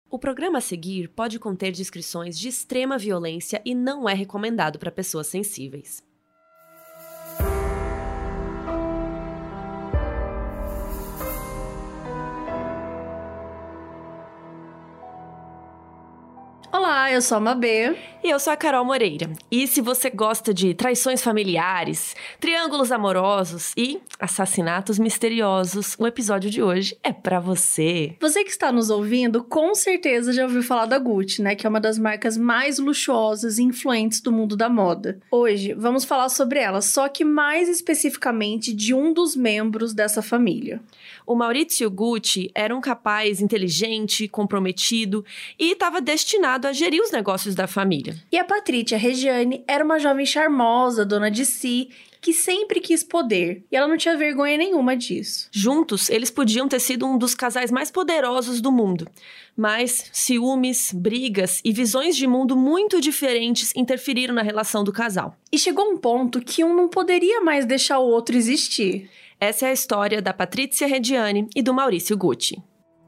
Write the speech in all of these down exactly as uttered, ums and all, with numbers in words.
O programa a seguir pode conter descrições de extrema violência e não é recomendado para pessoas sensíveis. Olá, eu sou a Mabê. E eu sou a Carol Moreira. E se você gosta de traições familiares, triângulos amorosos e assassinatos misteriosos, o episódio de hoje é pra você. Você que está nos ouvindo, com certeza já ouviu falar da Gucci, né? Que é uma das marcas mais luxuosas e influentes do mundo da moda. Hoje, vamos falar sobre ela, só que mais especificamente de um dos membros dessa família. O Maurizio Gucci era um rapaz inteligente, comprometido e estava destinado a gerir os negócios da família. E a Patrícia Reggiani era uma jovem charmosa, dona de si, que sempre quis poder. E ela não tinha vergonha nenhuma disso. Juntos, eles podiam ter sido um dos casais mais poderosos do mundo. Mas ciúmes, brigas e visões de mundo muito diferentes interferiram na relação do casal. E chegou um ponto que um não poderia mais deixar o outro existir. Essa é a história da Patrícia Reggiani e do Maurizio Gucci.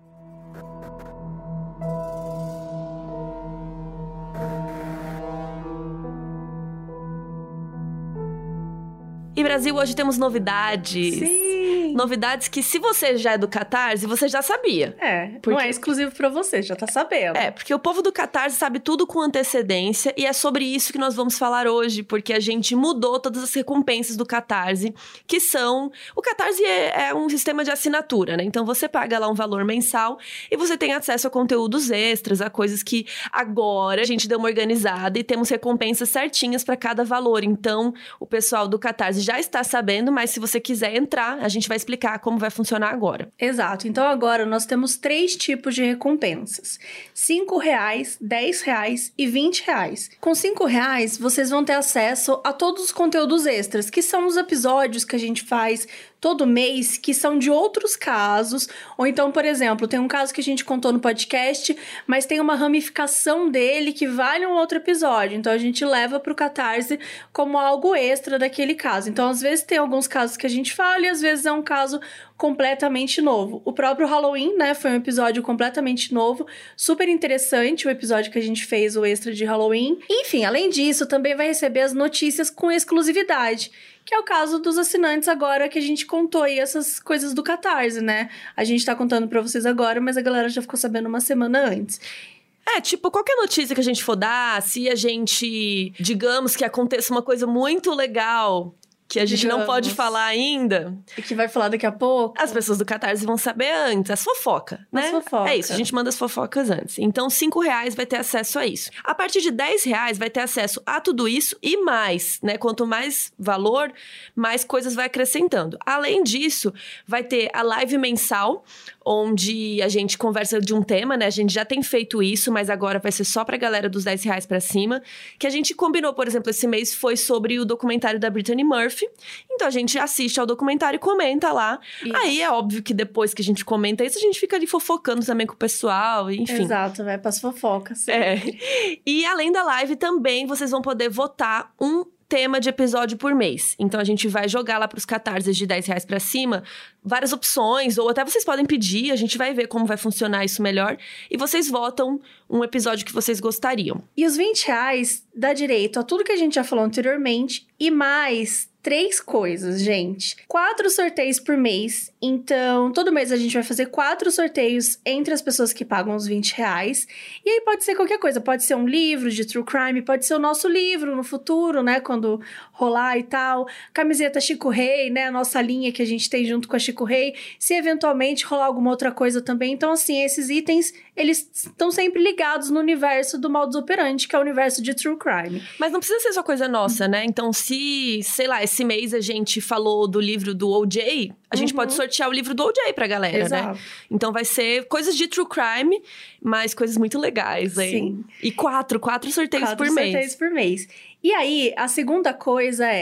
E Brasil, hoje temos novidades. Sim! Novidades que, se você já é do Catarse, você já sabia. É, porque... não é exclusivo pra você, já tá sabendo. É, porque o povo do Catarse sabe tudo com antecedência e é sobre isso que nós vamos falar hoje, porque a gente mudou todas as recompensas do Catarse, que são... O Catarse é, é um sistema de assinatura, né? Então, você paga lá um valor mensal e você tem acesso a conteúdos extras, a coisas que agora a gente deu uma organizada e temos recompensas certinhas para cada valor. Então, o pessoal do Catarse já está sabendo, mas se você quiser entrar, a gente vai explicar como vai funcionar agora. Exato. Então, agora nós temos três tipos de recompensas. cinco reais, dez reais e vinte reais. Com cinco reais, vocês vão ter acesso a todos os conteúdos extras, que são os episódios que a gente faz todo mês, que são de outros casos. Ou então, por exemplo, tem um caso que a gente contou no podcast, mas tem uma ramificação dele que vale um outro episódio. Então, a gente leva para o Catarse como algo extra daquele caso. Então, às vezes, tem alguns casos que a gente fala e às vezes é um caso completamente novo. O próprio Halloween, né, foi um episódio completamente novo, super interessante, o episódio que a gente fez, o extra de Halloween. Enfim, além disso, também vai receber as notícias com exclusividade, que é o caso dos assinantes agora que a gente contou aí essas coisas do Catarse, né? A gente tá contando pra vocês agora, mas a galera já ficou sabendo uma semana antes. É, tipo, qualquer notícia que a gente for dar, se a gente, digamos que aconteça uma coisa muito legal que a gente Digamos. não pode falar ainda. E que vai falar daqui a pouco. As pessoas do Catarse vão saber antes. As fofoca, né? As fofoca. É isso, a gente manda as fofocas antes. Então, cinco reais vai ter acesso a isso. A partir de dez reais vai ter acesso a tudo isso e mais, né? Quanto mais valor, mais coisas vai acrescentando. Além disso, vai ter a live mensal, onde a gente conversa de um tema, né? A gente já tem feito isso, mas agora vai ser só pra galera dos dez reais pra cima. Que a gente combinou, por exemplo, esse mês foi sobre o documentário da Brittany Murphy. Então, a gente assiste ao documentário e comenta lá. Isso. Aí, é óbvio que depois que a gente comenta isso, a gente fica ali fofocando também com o pessoal, enfim. Exato, vai pras fofocas. É. E, além da live, também vocês vão poder votar um tema de episódio por mês. Então, a gente vai jogar lá pros Catarses de dez reais pra cima várias opções, ou até vocês podem pedir, a gente vai ver como vai funcionar isso melhor. E vocês votam um episódio que vocês gostariam. E os vinte reais dá direito a tudo que a gente já falou anteriormente e mais três coisas, gente. Quatro sorteios por mês. Então, todo mês a gente vai fazer quatro sorteios entre as pessoas que pagam os vinte reais. E aí pode ser qualquer coisa. Pode ser um livro de true crime, pode ser o nosso livro no futuro, né? Quando rolar e tal. Camiseta Chico Rei, né? A nossa linha que a gente tem junto com a Chico Rei. Se eventualmente rolar alguma outra coisa também. Então, assim, esses itens, eles estão sempre ligados no universo do modus operandi, que é o universo de true crime. Mas não precisa ser só coisa nossa, né? Então, se, sei lá, esse mês a gente falou do livro do O J, a gente uhum. pode sortear o livro do O J pra galera, Exato. Né? Então vai ser coisas de true crime, mas coisas muito legais, hein? Sim. E quatro, quatro sorteios quatro por mês. sorteios por mês. E aí, a segunda coisa é...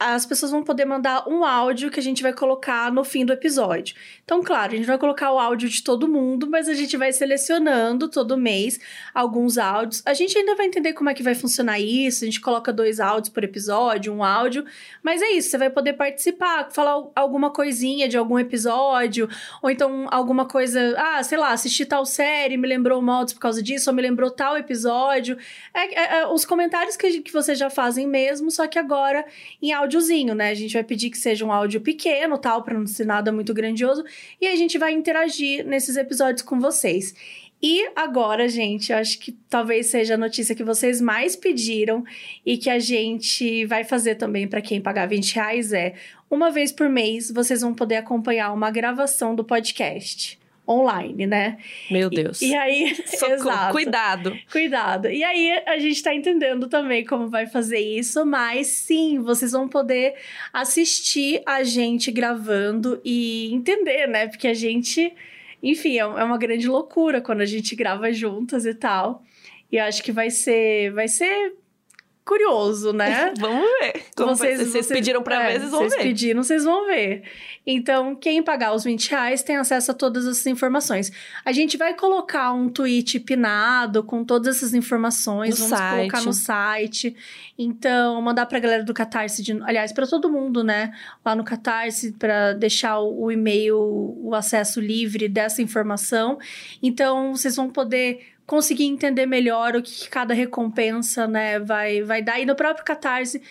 as pessoas vão poder mandar um áudio que a gente vai colocar no fim do episódio. Então, claro, a gente vai colocar o áudio de todo mundo, mas a gente vai selecionando todo mês alguns áudios. A gente ainda vai entender como é que vai funcionar isso, a gente coloca dois áudios por episódio, um áudio, mas é isso, você vai poder participar, falar alguma coisinha de algum episódio, ou então alguma coisa, ah, sei lá, assisti tal série, me lembrou modos por causa disso, ou me lembrou tal episódio. É, é, é, os comentários que, que vocês já fazem mesmo, só que agora em áudiozinho, né? A gente vai pedir que seja um áudio pequeno, tal, pra não ser nada muito grandioso, e a gente vai interagir nesses episódios com vocês. E agora, gente, eu acho que talvez seja a notícia que vocês mais pediram e que a gente vai fazer também para quem pagar vinte reais é, uma vez por mês, vocês vão poder acompanhar uma gravação do podcast online, né? Meu Deus. E, e aí, exato. Cuidado. Cuidado. E aí, a gente tá entendendo também como vai fazer isso, mas sim, vocês vão poder assistir a gente gravando e entender, né? Porque a gente... Enfim, é uma grande loucura quando a gente grava juntas e tal. E eu acho que vai ser, vai ser curioso, né? Vamos ver. Como vocês, vocês, vocês pediram pra é, ver, vocês vão vocês ver. Vocês pediram, vocês vão ver. Então, quem pagar os vinte reais tem acesso a todas essas informações. A gente vai colocar um tweet pinado com todas essas informações. No vamos site. colocar no site. Então, mandar pra galera do Catarse, de, aliás, pra todo mundo, né? Lá no Catarse, pra deixar o, o e-mail, o acesso livre dessa informação. Então, vocês vão poder conseguir entender melhor o que cada recompensa, né, vai, vai dar. E no próprio Catarse,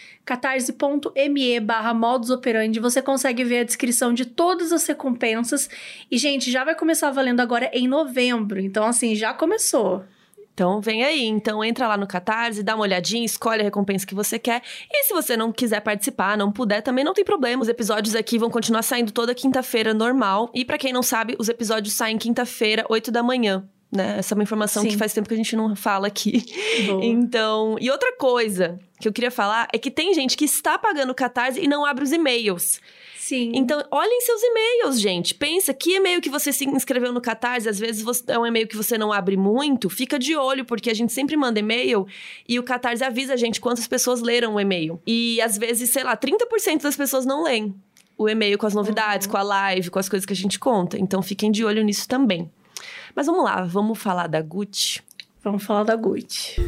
catarse.me barra modus operandi, você consegue ver a descrição de todas as recompensas. E, gente, já vai começar valendo agora em novembro. Então, assim, já começou. Então, vem aí. Então, entra lá no Catarse, dá uma olhadinha, escolhe a recompensa que você quer. E se você não quiser participar, não puder, também não tem problema. Os episódios aqui vão continuar saindo toda quinta-feira, normal. E pra quem não sabe, os episódios saem quinta-feira, oito da manhã. Né? Essa é uma informação Sim. que faz tempo que a gente não fala aqui. Boa. Então, e outra coisa que eu queria falar é que tem gente que está pagando o Catarse e não abre os e-mails. Sim. Então, olhem seus e-mails, gente. Pensa, que e-mail que você se inscreveu no Catarse, às vezes você, é um e-mail que você não abre muito, fica de olho, porque a gente sempre manda e-mail e o Catarse avisa a gente quantas pessoas leram o e-mail. E, às vezes, sei lá, trinta por cento das pessoas não leem o e-mail com as novidades, uhum. com a live, com as coisas que a gente conta. Então, fiquem de olho nisso também. Mas vamos lá, vamos falar da Gucci? Vamos falar da Gucci.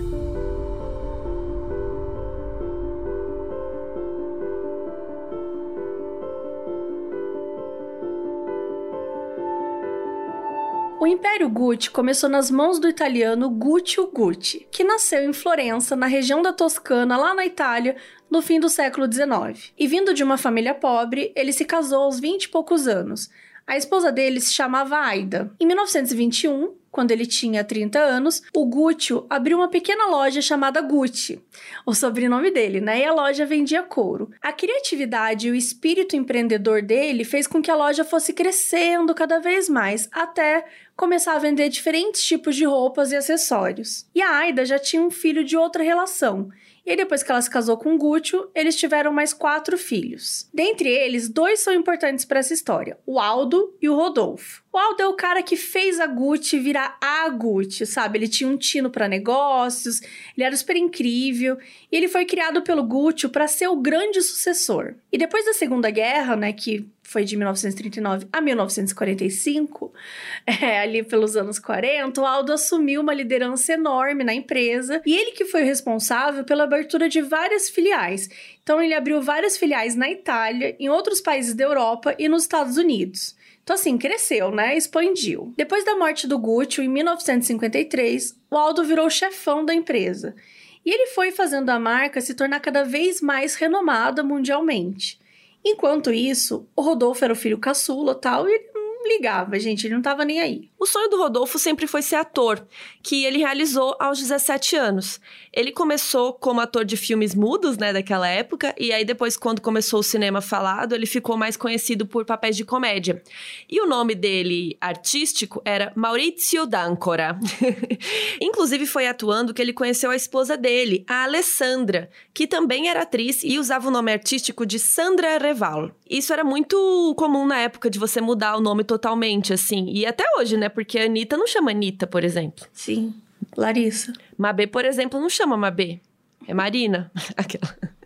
O Império Gucci começou nas mãos do italiano Guccio Gucci, que nasceu em Florença, na região da Toscana, lá na Itália, no fim do século dezenove. E vindo de uma família pobre, ele se casou aos vinte e poucos anos. A esposa dele se chamava Aida. Em mil novecentos e vinte e um, quando ele tinha trinta anos, o Guccio abriu uma pequena loja chamada Gucci, o sobrenome dele, né? E a loja vendia couro. A criatividade e o espírito empreendedor dele fez com que a loja fosse crescendo cada vez mais, até começar a vender diferentes tipos de roupas e acessórios. E a Aida já tinha um filho de outra relação. E aí, depois que ela se casou com o Guccio, eles tiveram mais quatro filhos. Dentre eles, dois são importantes para essa história, o Aldo e o Rodolfo. O Aldo é o cara que fez a Gucci virar a Gucci, sabe? Ele tinha um tino para negócios, ele era super incrível, e ele foi criado pelo Guccio para ser o grande sucessor. E depois da Segunda Guerra, né, que foi de mil novecentos e trinta e nove a mil novecentos e quarenta e cinco, é, ali pelos anos quarenta, o Aldo assumiu uma liderança enorme na empresa, e ele que foi responsável pela abertura de várias filiais. Então, ele abriu várias filiais na Itália, em outros países da Europa e nos Estados Unidos. Então, assim, cresceu, né? Expandiu. Depois da morte do Guccio, em mil novecentos e cinquenta e três, o Aldo virou o chefão da empresa. E ele foi fazendo a marca se tornar cada vez mais renomada mundialmente. Enquanto isso, o Rodolfo era o filho caçula e tal, e ele não ligava, gente, ele não tava nem aí. O sonho do Rodolfo sempre foi ser ator, que ele realizou aos dezessete anos. Ele começou como ator de filmes mudos, né, daquela época, e aí depois, quando começou o cinema falado, ele ficou mais conhecido por papéis de comédia. E o nome dele, artístico, era Maurizio D'Ancora. Inclusive, foi atuando que ele conheceu a esposa dele, a Alessandra, que também era atriz e usava o nome artístico de Sandra Reval. Isso era muito comum na época, de você mudar o nome totalmente, assim. E até hoje, né? Porque a Anitta não chama Anitta, por exemplo. Sim, Larissa. Mabê, por exemplo, não chama Mabê. É Marina. Aquela.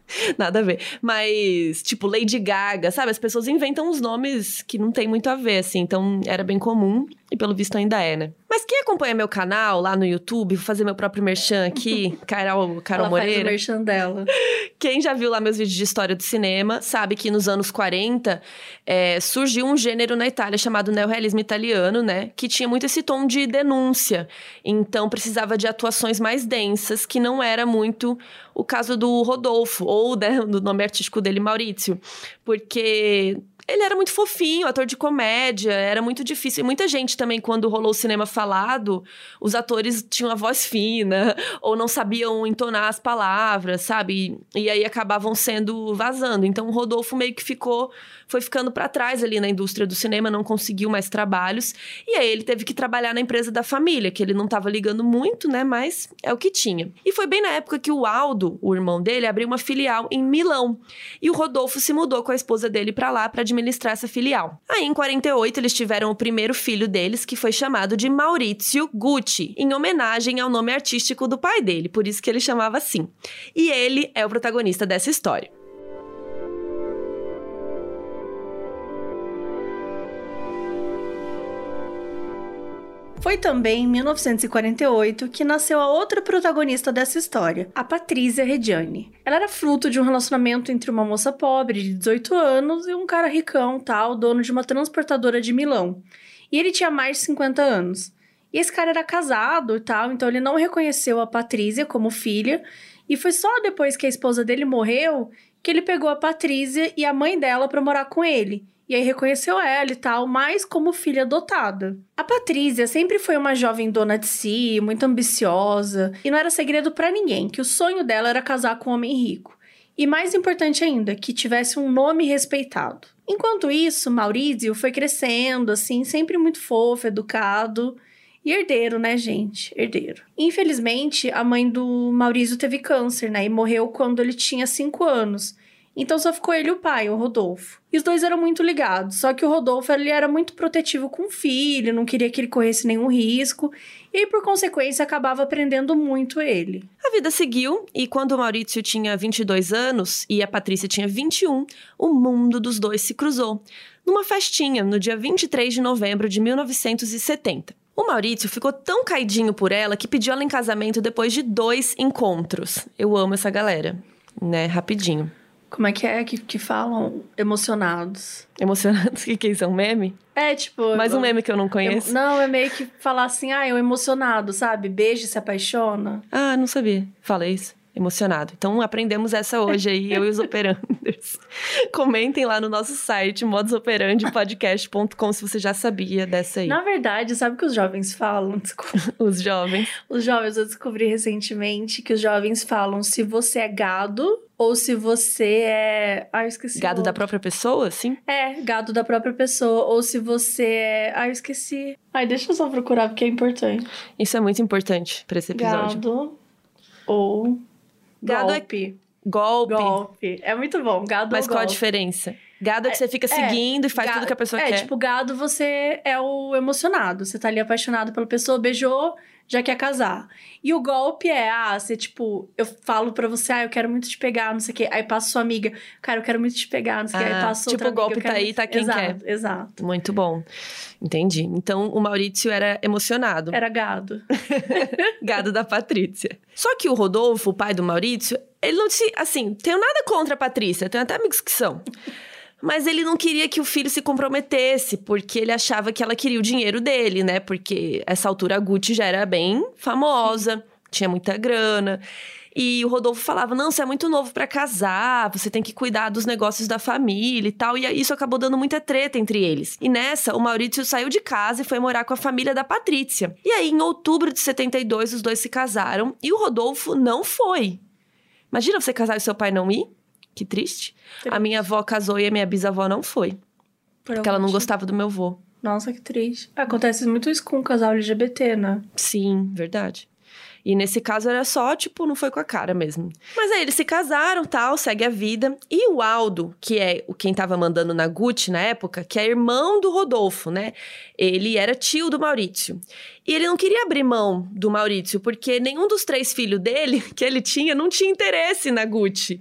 Nada a ver. Mas, tipo, Lady Gaga, sabe? As pessoas inventam uns nomes que não tem muito a ver, assim. Então, era bem comum e, pelo visto, ainda é, né? Mas quem acompanha meu canal lá no YouTube, vou fazer meu próprio merchan aqui, Carol, Carol Ela Moreira. faz o merchan dela. Quem já viu lá meus vídeos de história do cinema, sabe que nos anos quarenta é, surgiu um gênero na Itália chamado neorrealismo italiano, né? Que tinha muito esse tom de denúncia. Então, precisava de atuações mais densas, que não era muito o caso do Rodolfo, ou né, do nome artístico dele, Maurício. Porque ele era muito fofinho, ator de comédia, era muito difícil. E muita gente também, quando rolou o cinema falado, os atores tinham a voz fina, ou não sabiam entonar as palavras, sabe? E, e aí acabavam sendo vazando. Então o Rodolfo meio que ficou, foi ficando pra trás ali na indústria do cinema, não conseguiu mais trabalhos. E aí ele teve que trabalhar na empresa da família, que ele não tava ligando muito, né? Mas é o que tinha. E foi bem na época que o Aldo, o irmão dele, abriu uma filial em Milão. E o Rodolfo se mudou com a esposa dele pra lá pra administrar essa filial. Aí, em quarenta e oito, eles tiveram o primeiro filho deles, que foi chamado de Maurizio Gucci, em homenagem ao nome artístico do pai dele, por isso que ele chamava assim. E ele é o protagonista dessa história. Foi também em mil novecentos e quarenta e oito que nasceu a outra protagonista dessa história, a Patrizia Reggiani. Ela era fruto de um relacionamento entre uma moça pobre de dezoito anos e um cara ricão, tal, dono de uma transportadora de Milão. E ele tinha mais de cinquenta anos. E esse cara era casado e tal, então ele não reconheceu a Patrizia como filha, e foi só depois que a esposa dele morreu que ele pegou a Patrizia e a mãe dela para morar com ele. E aí reconheceu ela e tal, mas como filha adotada. A Patrizia sempre foi uma jovem dona de si, muito ambiciosa, e não era segredo pra ninguém que o sonho dela era casar com um homem rico. E mais importante ainda, que tivesse um nome respeitado. Enquanto isso, Maurizio foi crescendo, assim, sempre muito fofo, educado. E herdeiro, né, gente? Herdeiro. Infelizmente, a mãe do Maurizio teve câncer, né? E morreu quando ele tinha cinco anos. Então só ficou ele e o pai, o Rodolfo. E os dois eram muito ligados, só que o Rodolfo ele era muito protetivo com o filho, não queria que ele corresse nenhum risco, e aí, por consequência, acabava aprendendo muito ele. A vida seguiu, e quando o Maurício tinha vinte e dois anos e a Patrícia tinha vinte e um, o mundo dos dois se cruzou, numa festinha no dia vinte e três de novembro de mil novecentos e setenta. O Maurício ficou tão caidinho por ela que pediu ela em casamento depois de dois encontros. Eu amo essa galera, né? Rapidinho. Como é que é que, que falam? Emocionados. Emocionados? Que que é um meme? É, tipo... Mais um meme que eu não conheço. Eu, não, é meio que falar assim, ah, eu emocionado, sabe? Beija e se apaixona. Ah, não sabia. Falei isso. Emocionado. Então, aprendemos essa hoje aí, eu e os operandos. Comentem lá no nosso site, modus operandi podcast ponto com, se você já sabia dessa aí. Na verdade, sabe o que os jovens falam? Desculpa. Os jovens. Os jovens, eu descobri recentemente que os jovens falam se você é gado ou se você é... Ah, eu esqueci. Gado da própria pessoa, sim? É, gado da própria pessoa. Ou se você é... Ah, eu esqueci. Ai, deixa eu só procurar porque é importante. Isso é muito importante pra esse episódio. Gado ou... Gado golpe. É... Golpe. Golpe. É muito bom. Gado Mas ou qual golpe. a diferença? Gado é que você fica seguindo é, e faz gado, tudo que a pessoa é, quer. É, tipo, gado você é o emocionado. Você tá ali apaixonado pela pessoa, beijou, já quer casar. E o golpe é, ah, você, tipo... Eu falo pra você, ah, eu quero muito te pegar, não sei o quê. Aí passa sua amiga, cara, eu quero muito te pegar, não sei o ah, quê. Aí passa tipo, outra o golpe amiga, tá aí, muito... tá quem exato, quer. Exato, Muito bom. Entendi. Então, o Maurício era emocionado. Era gado. Gado da Patrícia. Só que o Rodolfo, o pai do Maurício, ele não se... Assim, tenho nada contra a Patrícia, tenho até amigos que são. Mas ele não queria que o filho se comprometesse, porque ele achava que ela queria o dinheiro dele, né? Porque essa altura a Gucci já era bem famosa, tinha muita grana. E o Rodolfo falava, não, você é muito novo pra casar, você tem que cuidar dos negócios da família e tal. E isso acabou dando muita treta entre eles. E nessa, o Maurício saiu de casa e foi morar com a família da Patrícia. E aí, em outubro de setenta e dois, os dois se casaram e o Rodolfo não foi. Imagina você casar e seu pai não ir? Que triste. triste. A minha avó casou e a minha bisavó não foi. Por porque ela não gostava do meu avô. Nossa, que triste. Acontece muito isso com um casal L G B T, né? Sim, verdade. E nesse caso era só, tipo, não foi com a cara mesmo. Mas aí eles se casaram, tal, segue a vida. E o Aldo, que é o quem tava mandando na Gucci na época, que é irmão do Rodolfo, né? Ele era tio do Maurício. E ele não queria abrir mão do Maurício, porque nenhum dos três filhos dele, que ele tinha, não tinha interesse na Gucci.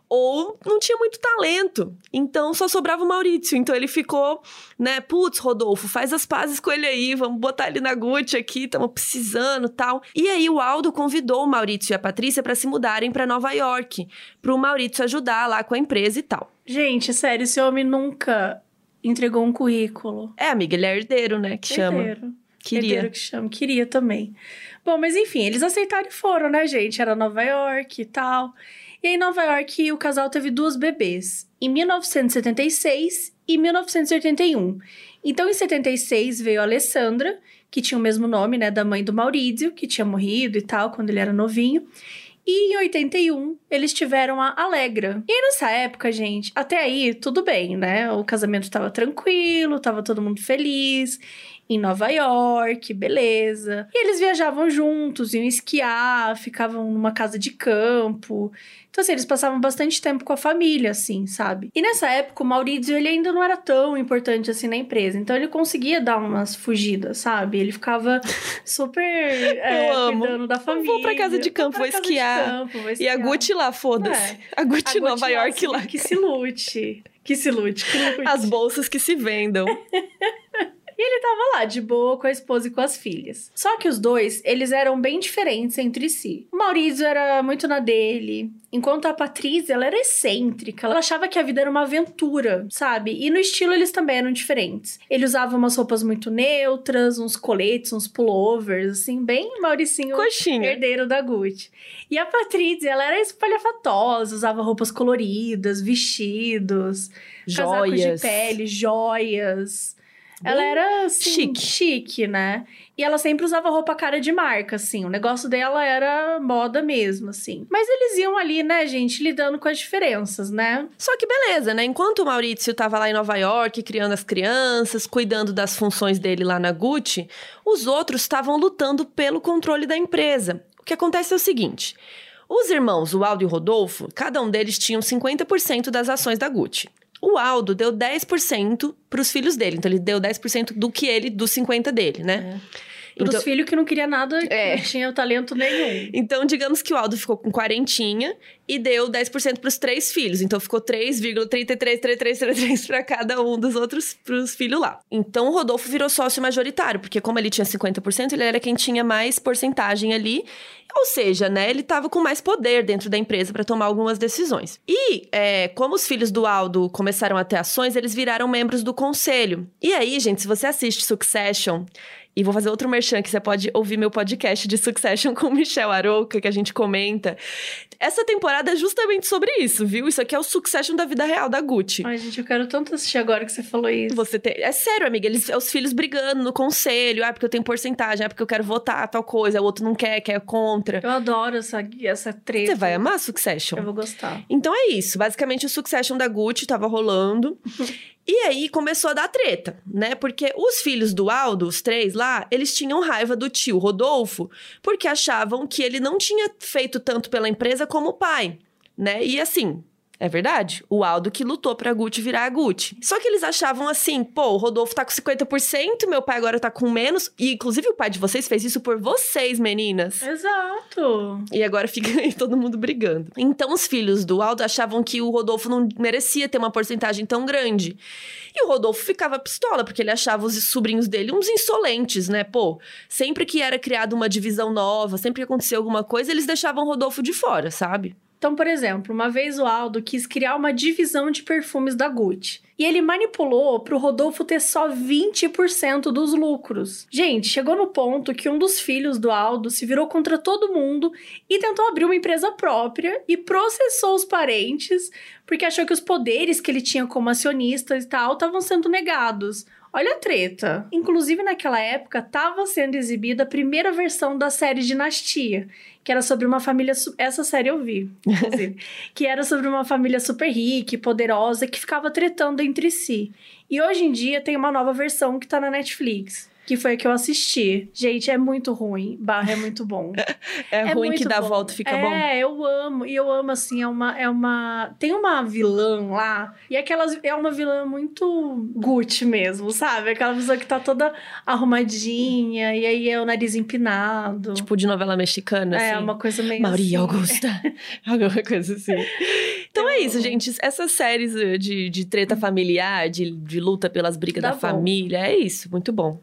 ou não tinha muito talento. Então, só sobrava o Maurício. Então, ele ficou, né, putz, Rodolfo, faz as pazes com ele aí, vamos botar ele na Gucci aqui, estamos precisando, tal. E aí, o Aldo convidou o Maurício e a Patrícia para se mudarem para Nova York, pro Maurício ajudar lá com a empresa e tal. Gente, sério, esse homem nunca entregou um currículo. É, amiga, ele é herdeiro, né, que Herdeiro. chama. Queria. Herdeiro que chama, queria também. Bom, mas enfim, eles aceitaram e foram, né, gente? Era Nova York e tal. E aí, em Nova York, o casal teve duas bebês, em mil novecentos e setenta e seis e mil novecentos e oitenta e um. Então, em setenta e seis, veio a Alessandra, que tinha o mesmo nome, né, da mãe do Maurício, que tinha morrido e tal, quando ele era novinho. E em oitenta e um, eles tiveram a Alegra. E aí, nessa época, gente, até aí, tudo bem, né? O casamento tava tranquilo, tava todo mundo feliz, em Nova York, beleza. E eles viajavam juntos, iam esquiar, ficavam numa casa de campo. Então, assim, eles passavam bastante tempo com a família, assim, sabe? E nessa época, o Maurício, ele ainda não era tão importante, assim, na empresa. Então, ele conseguia dar umas fugidas, sabe? Ele ficava super é, Eu amo. cuidando da família. Vou pra casa de campo, vou, vou esquiar. Campo, vou E esquiar. a Gucci lá, foda-se. É. A Gucci A Nova Gucci York lá, lá. Que se lute. Que se lute, que lute. As bolsas que se vendam. E ele tava lá, de boa, com a esposa e com as filhas. Só que os dois, eles eram bem diferentes entre si. O Maurício era muito na dele, enquanto a Patrícia, ela era excêntrica. Ela achava que a vida era uma aventura, sabe? E no estilo eles também eram diferentes. Ele usava umas roupas muito neutras, uns coletes, uns pullovers, assim, bem Mauricinho, Coxinha. herdeiro da Gucci. E a Patrícia, ela era espalhafatosa, usava roupas coloridas, vestidos, casacos Joias. de pele, joias. Ela era, assim, chique. chique, né? E ela sempre usava roupa cara de marca, assim. O negócio dela era moda mesmo, assim. Mas eles iam ali, né, gente, lidando com as diferenças, né? Só que beleza, né? Enquanto o Maurício tava lá em Nova York, criando as crianças, cuidando das funções dele lá na Gucci, os outros estavam lutando pelo controle da empresa. O que acontece é o seguinte: os irmãos, o Aldo e o Rodolfo, cada um deles tinham cinquenta por cento das ações da Gucci. O Aldo deu dez por cento pros filhos dele. Então, ele deu dez por cento do que ele, dos cinquenta dele, né? É. Pros Então, filhos que não queria nada, É. não tinha talento nenhum. então, digamos que o Aldo ficou com quarentinha e deu dez por cento pros três filhos. Então, ficou três vírgula trinta e três três três três três para cada um dos outros, pros filhos lá. Então, o Rodolfo virou sócio majoritário, porque como ele tinha cinquenta por cento, ele era quem tinha mais porcentagem ali. Ou seja, né, ele tava com mais poder dentro da empresa para tomar algumas decisões. E, é, como os filhos do Aldo começaram a ter ações, eles viraram membros do conselho. E aí, gente, se você assiste Succession... E vou fazer outro merchan, que você pode ouvir meu podcast de Succession com o Michel Arouca, que a gente comenta. Essa temporada é justamente sobre isso, viu? Isso aqui é o Succession da vida real da Gucci. Ai, gente, eu quero tanto assistir agora que você falou isso. Você tem... É sério, amiga. Eles... Os filhos brigando no conselho. Ah, porque eu tenho porcentagem. Ah, porque eu quero votar tal coisa. O outro não quer, quer contra. Eu adoro essa, essa treta. Você vai amar Succession. Eu vou gostar. Então é isso. Basicamente, o Succession da Gucci tava rolando. E aí, começou a dar treta, né? Porque os filhos do Aldo, os três lá, eles tinham raiva do tio Rodolfo, porque achavam que ele não tinha feito tanto pela empresa como o pai, né? E assim... É verdade? O Aldo que lutou pra Gucci virar a Gucci. Só que eles achavam assim, pô, o Rodolfo tá com cinquenta por cento, meu pai agora tá com menos. E, inclusive, o pai de vocês fez isso por vocês, meninas. Exato. E agora fica aí todo mundo brigando. Então, os filhos do Aldo achavam que o Rodolfo não merecia ter uma porcentagem tão grande. E o Rodolfo ficava pistola, porque ele achava os sobrinhos dele uns insolentes, né? Pô, sempre que era criada uma divisão nova, sempre que acontecia alguma coisa, eles deixavam o Rodolfo de fora, sabe? Então, por exemplo, uma vez o Aldo quis criar uma divisão de perfumes da Gucci. E ele manipulou pro Rodolfo ter só vinte por cento dos lucros. Gente, chegou no ponto que um dos filhos do Aldo se virou contra todo mundo e tentou abrir uma empresa própria e processou os parentes porque achou que os poderes que ele tinha como acionista e tal estavam sendo negados. Olha a treta. Inclusive, naquela época, estava sendo exibida a primeira versão da série Dinastia, que era sobre uma família... Su- Essa série eu vi, inclusive. Que era sobre uma família super rica e poderosa que ficava tretando entre si. E hoje em dia tem uma nova versão que tá na Netflix, que foi a que eu assisti. Gente, é muito ruim. Barra é muito bom. É, É ruim que muito dá a bom. volta e fica é, bom. É, eu amo. E eu amo, assim, é uma, é uma... Tem uma vilã lá. E aquelas, é uma vilã muito Gucci mesmo, sabe? Aquela pessoa que tá toda arrumadinha. E aí é o nariz empinado. Tipo de novela mexicana, assim. É, uma coisa meio Maria assim. Augusta. Alguma coisa assim. Então Tem é isso, gente. Essas séries de, de treta familiar, de, de luta pelas brigas Dá da bom. família, é isso, muito bom.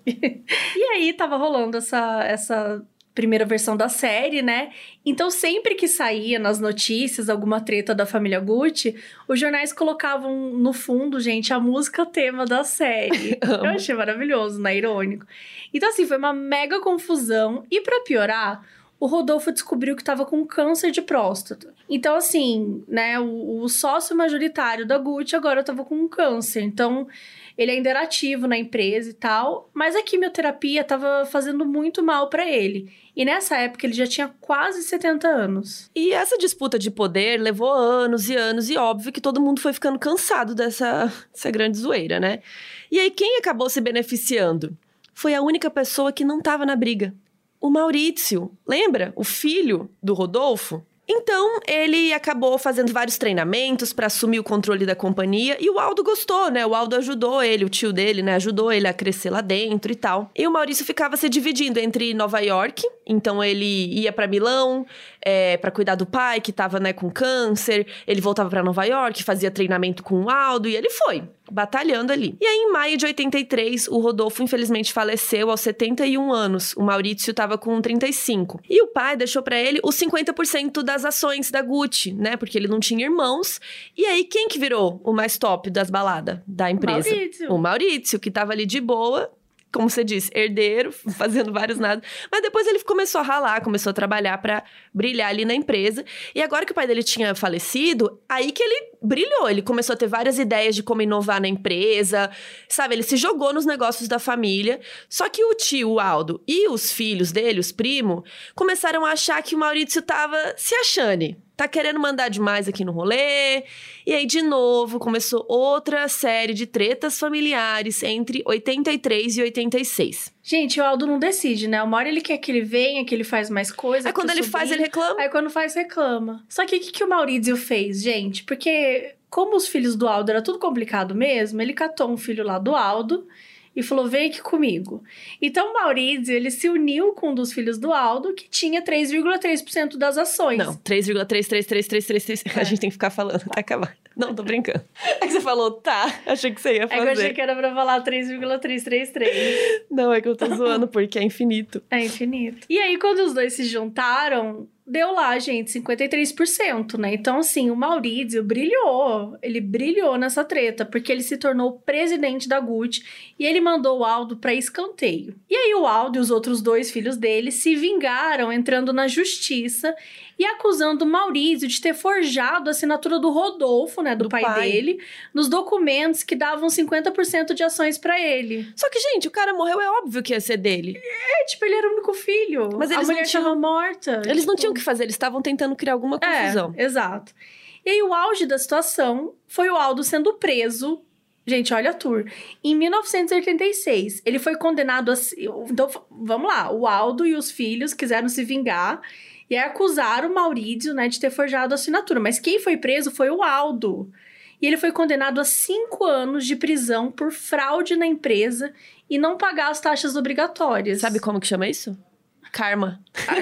E aí, tava rolando essa, essa primeira versão da série, né? Então, sempre que saía nas notícias alguma treta da família Gucci, os jornais colocavam no fundo, gente, a música tema da série. Eu achei maravilhoso, né? Irônico. Então, assim, foi uma mega confusão. E pra piorar, o Rodolfo descobriu que tava com câncer de próstata. Então, assim, né? O, o sócio majoritário da Gucci agora tava com um câncer. Então, ele ainda era ativo na empresa e tal, mas a quimioterapia tava fazendo muito mal pra ele. E nessa época ele já tinha quase setenta anos. E essa disputa de poder levou anos e anos, e óbvio que todo mundo foi ficando cansado dessa, dessa grande zoeira, né? E aí quem acabou se beneficiando? Foi a única pessoa que não tava na briga. O Maurício, lembra? O filho do Rodolfo? Então, ele acabou fazendo vários treinamentos para assumir o controle da companhia e o Aldo gostou, né? O Aldo ajudou ele, o tio dele, né? Ajudou ele a crescer lá dentro e tal. E o Maurício ficava se dividindo entre Nova York, então ele ia para Milão é, para cuidar do pai, que tava, né, com câncer. Ele voltava para Nova York, fazia treinamento com o Aldo e ele foi batalhando ali. E aí, em maio de oitenta e três, o Rodolfo infelizmente faleceu aos setenta e um anos. O Maurício tava com trinta e cinco. E o pai deixou pra ele os cinquenta por cento das ações da Gucci, né? Porque ele não tinha irmãos. E aí, quem que virou o mais top das baladas da empresa? O Maurício. O Maurício, que tava ali de boa, como você disse, herdeiro, fazendo vários nada. Mas depois ele começou a ralar, começou a trabalhar pra brilhar ali na empresa. E agora que o pai dele tinha falecido, aí que ele brilhou. Ele começou a ter várias ideias de como inovar na empresa, sabe? Ele se jogou nos negócios da família. Só que o tio, o Aldo, e os filhos dele, os primos, começaram a achar que o Maurício tava se achando. Tá querendo mandar demais aqui no rolê. E aí, de novo, começou outra série de tretas familiares entre oitenta e três e oitenta e seis. Gente, o Aldo não decide, né? Uma hora ele quer que ele venha, que ele faz mais coisa. Aí quando ele faz, ele reclama. Aí quando faz, reclama. Só que o que, que o Maurício fez, gente? Porque como os filhos do Aldo era tudo complicado mesmo, ele catou um filho lá do Aldo e falou, vem aqui comigo. Então, o Maurício, ele se uniu com um dos filhos do Aldo, que tinha três vírgula três por cento das ações. Não, três vírgula três três três três três três. É. A gente tem que ficar falando, tá acabado. Não, tô brincando. É que você falou, tá, achei que você ia fazer. É que eu achei que era pra falar três vírgula trezentos e trinta e três. Não, é que eu tô zoando, porque é infinito. É infinito. E aí, quando os dois se juntaram, deu lá, gente, cinquenta e três por cento, né? Então, assim, o Maurício brilhou. Ele brilhou nessa treta, porque ele se tornou presidente da Gucci e ele mandou o Aldo pra escanteio. E aí, o Aldo e os outros dois filhos dele se vingaram, entrando na justiça e acusando o Maurício de ter forjado a assinatura do Rodolfo, né, do, do pai, pai dele, nos documentos que davam cinquenta por cento de ações pra ele. Só que, gente, o cara morreu, é óbvio que ia ser dele. É, tipo, ele era o único filho. Mas eles a mulher não tinham... tava morta. Eles tipo... não tinham o que fazer, eles estavam tentando criar alguma confusão. É, exato. E aí, o auge da situação foi o Aldo sendo preso. Gente, olha a tour. Em mil novecentos e oitenta e seis, ele foi condenado a... Então, vamos lá. O Aldo e os filhos quiseram se vingar e aí acusaram o Maurício, né, de ter forjado a assinatura. Mas quem foi preso foi o Aldo. E ele foi condenado a cinco anos de prisão por fraude na empresa e não pagar as taxas obrigatórias. Sabe como que chama isso? Karma.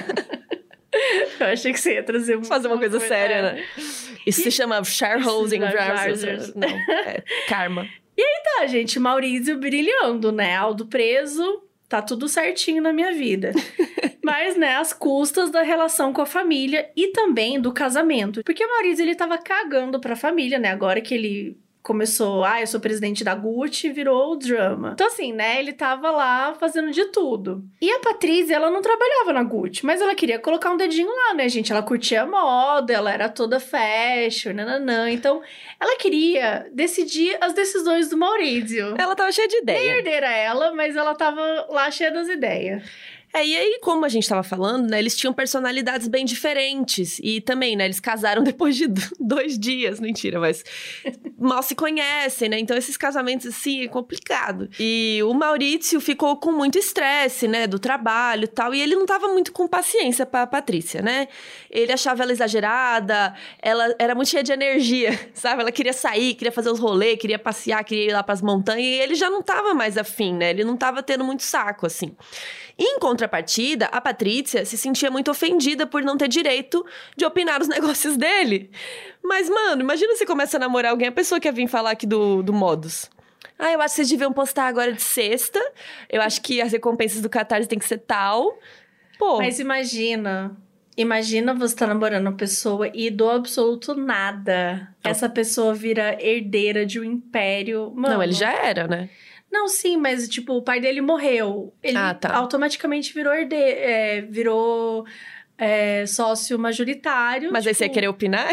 Eu achei que você ia trazer um... Fazer uma coisa coisa, séria, é. né? Isso se chama shareholding. Não, é karma. E aí tá, gente, Maurício brilhando, né? Aldo preso, tá tudo certinho na minha vida. Mas, né, às custas da relação com a família e também do casamento. Porque o Maurício, ele tava cagando pra família, né? Agora que ele... começou, ah, eu sou presidente da Gucci, virou o drama. Então, assim, né, ele tava lá fazendo de tudo. E a Patrícia, ela não trabalhava na Gucci, mas ela queria colocar um dedinho lá, né, gente? Ela curtia a moda, ela era toda fashion, nananã. Então, ela queria decidir as decisões do Maurício. Ela tava cheia de ideia. Nem herdeira ela, mas ela tava lá cheia das ideias. É, e aí, como a gente tava falando, né, eles tinham personalidades bem diferentes. E também, né, eles casaram depois de dois dias, mentira, mas mal se conhecem, né? Então, esses casamentos, assim, é complicado. E o Maurício ficou com muito estresse, né, do trabalho e tal. E ele não tava muito com paciência pra Patrícia, né? Ele achava ela exagerada, ela era muito cheia de energia, sabe? Ela queria sair, queria fazer os rolês, queria passear, queria ir lá pras montanhas. E ele já não tava mais afim, né? Ele não tava tendo muito saco, assim. Em contrapartida, a Patrícia se sentia muito ofendida por não ter direito de opinar nos negócios dele. Mas, mano, imagina você começa a namorar alguém, a pessoa quer vir falar aqui do, do Modus. Ah, eu acho que vocês deviam postar agora de sexta. Eu acho que as recompensas do Catarse tem que ser tal. Pô. Mas imagina... Imagina você estar tá namorando uma pessoa e do absoluto nada. Não. Essa pessoa vira herdeira de um império. Mano, não, ele já era, né? Não, sim, mas tipo, o pai dele morreu. Ele ah, tá. automaticamente virou herdeiro, é, virou é, sócio majoritário. Mas tipo... aí você ia querer opinar?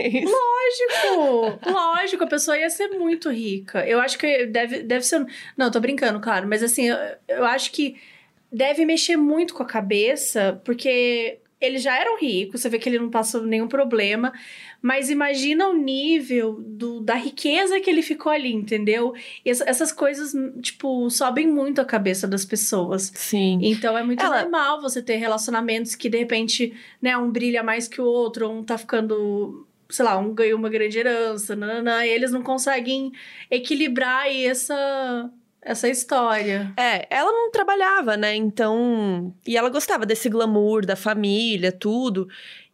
Lógico! Lógico, a pessoa ia ser muito rica. Eu acho que deve, deve ser... Não, tô brincando, claro. Mas assim, eu, eu acho que deve mexer muito com a cabeça, porque... Eles já eram ricos, você vê que ele não passou nenhum problema. Mas imagina o nível do, da riqueza que ele ficou ali, entendeu? E essa, essas coisas, tipo, sobem muito a cabeça das pessoas. Sim. Então, é muito Ela... normal você ter relacionamentos que, de repente, né, um brilha mais que o outro, um tá ficando... Sei lá, um ganhou uma grande herança, nananã, e eles não conseguem equilibrar aí essa... Essa história. É, ela não trabalhava, né? Então... E ela gostava desse glamour da família, tudo.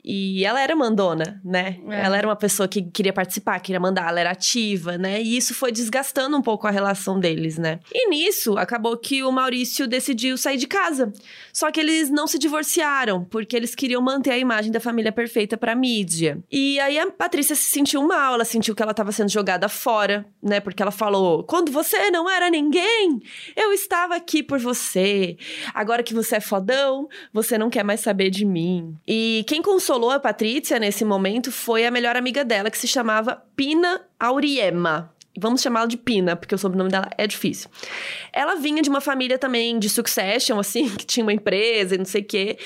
E ela era mandona, né? É. Ela era uma pessoa que queria participar, queria mandar, ela era ativa, né? E isso foi desgastando um pouco a relação deles, né? E nisso, acabou que o Maurício decidiu sair de casa. Só que eles não se divorciaram, porque eles queriam manter a imagem da família perfeita pra mídia. E aí a Patrícia se sentiu mal, ela sentiu que ela tava sendo jogada fora, né? Porque ela falou, quando você não era ninguém, eu estava aqui por você. Agora que você é fodão, você não quer mais saber de mim. E quem consolou a Patrícia nesse momento foi a melhor amiga dela, que se chamava Pina Auriemma. Vamos chamá-la de Pina, porque o sobrenome dela é difícil. Ela vinha de uma família também de succession, assim, que tinha uma empresa e não sei o quê.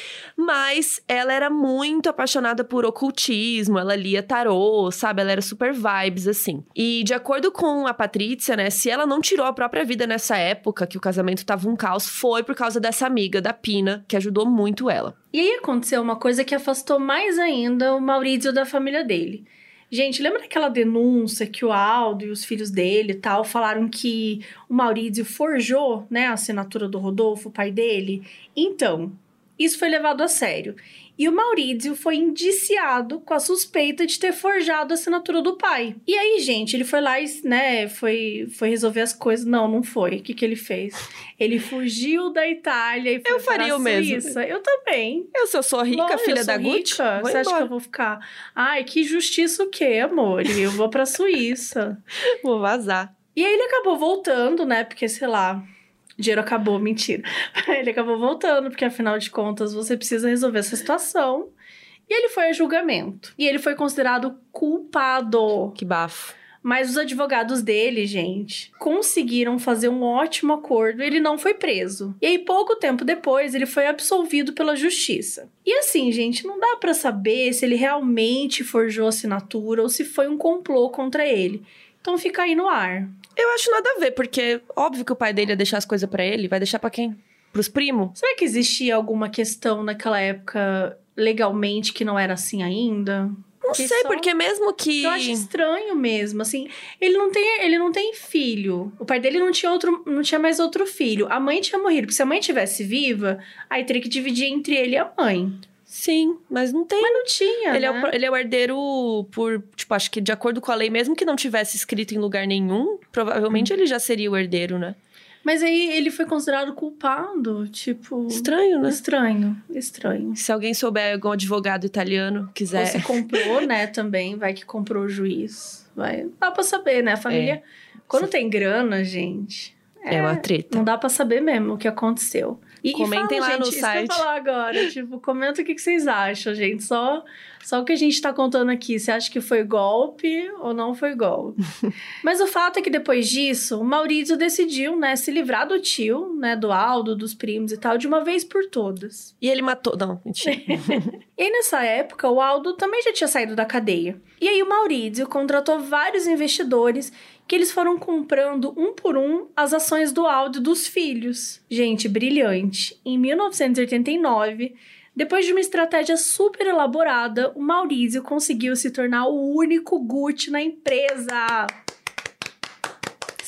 Mas ela era muito apaixonada por ocultismo, ela lia tarô, sabe? Ela era super vibes, assim. E de acordo com a Patrícia, né, se ela não tirou a própria vida nessa época, que o casamento tava um caos, foi por causa dessa amiga, da Pina, que ajudou muito ela. E aí aconteceu uma coisa que afastou mais ainda o Maurício da família dele. Gente, lembra daquela denúncia que o Aldo e os filhos dele e tal falaram que o Maurício forjou, né, a assinatura do Rodolfo, o pai dele? Então, isso foi levado a sério. E o Maurício foi indiciado com a suspeita de ter forjado a assinatura do pai. E aí, gente, ele foi lá e, né, foi, foi resolver as coisas. Não, não foi. O que, que ele fez? Ele fugiu da Itália e foi eu faria para a o mesmo. Suíça. Eu também. Eu, se eu sou rica, Bom, filha eu da sou Gucci, rica. vou Você embora. acha que eu vou ficar... Ai, que justiça o quê, amor? Eu vou pra Suíça. Vou vazar. E aí ele acabou voltando, né? Porque, sei lá... Dinheiro acabou, mentira. Ele acabou voltando, porque afinal de contas você precisa resolver essa situação. E ele foi a julgamento. E ele foi considerado culpado. Que bafo. Mas os advogados dele, gente, conseguiram fazer um ótimo acordo e ele não foi preso. E aí, pouco tempo depois, ele foi absolvido pela justiça. E assim, gente, não dá pra saber se ele realmente forjou a assinatura ou se foi um complô contra ele. Então fica aí no ar. Eu acho nada a ver, porque óbvio que o pai dele ia deixar as coisas pra ele. Vai deixar pra quem? Pros primos? Será que existia alguma questão naquela época legalmente que não era assim ainda? Não Que sei, só... porque mesmo que... Eu acho estranho mesmo, assim, ele não tem, ele não tem filho. O pai dele não tinha, outro, não tinha mais outro filho. A mãe tinha morrido, porque se a mãe tivesse viva, aí teria que dividir entre ele e a mãe. Sim, mas não tem. Mas não tinha, ele, né? é o, ele é o herdeiro por, tipo, acho que de acordo com a lei, mesmo que não tivesse escrito em lugar nenhum, provavelmente hum. ele já seria o herdeiro, né? Mas aí ele foi considerado culpado, tipo... Estranho, né? Estranho, estranho. Se alguém souber, algum advogado italiano quiser... Ou se comprou, né, também, vai que comprou o juiz. Vai, dá pra saber, né? A família, é. quando Sim. tem grana, gente... É, é uma treta. Não dá pra saber mesmo o que aconteceu. E, Comentem e fala, lá gente, no isso site. Que eu falar agora, tipo, comenta o que, que vocês acham, gente. Só, só o que a gente tá contando aqui. Você acha que foi golpe ou não foi golpe? Mas o fato é que depois disso, o Maurício decidiu, né, se livrar do tio, né, do Aldo, dos primos e tal, de uma vez por todas. E ele matou... Não, mentira. E aí, nessa época, o Aldo também já tinha saído da cadeia. E aí, o Maurício contratou vários investidores que eles foram comprando um por um as ações do Aldo e dos filhos. Gente, brilhante. Em mil novecentos e oitenta e nove, depois de uma estratégia super elaborada, o Maurício conseguiu se tornar o único Gucci na empresa.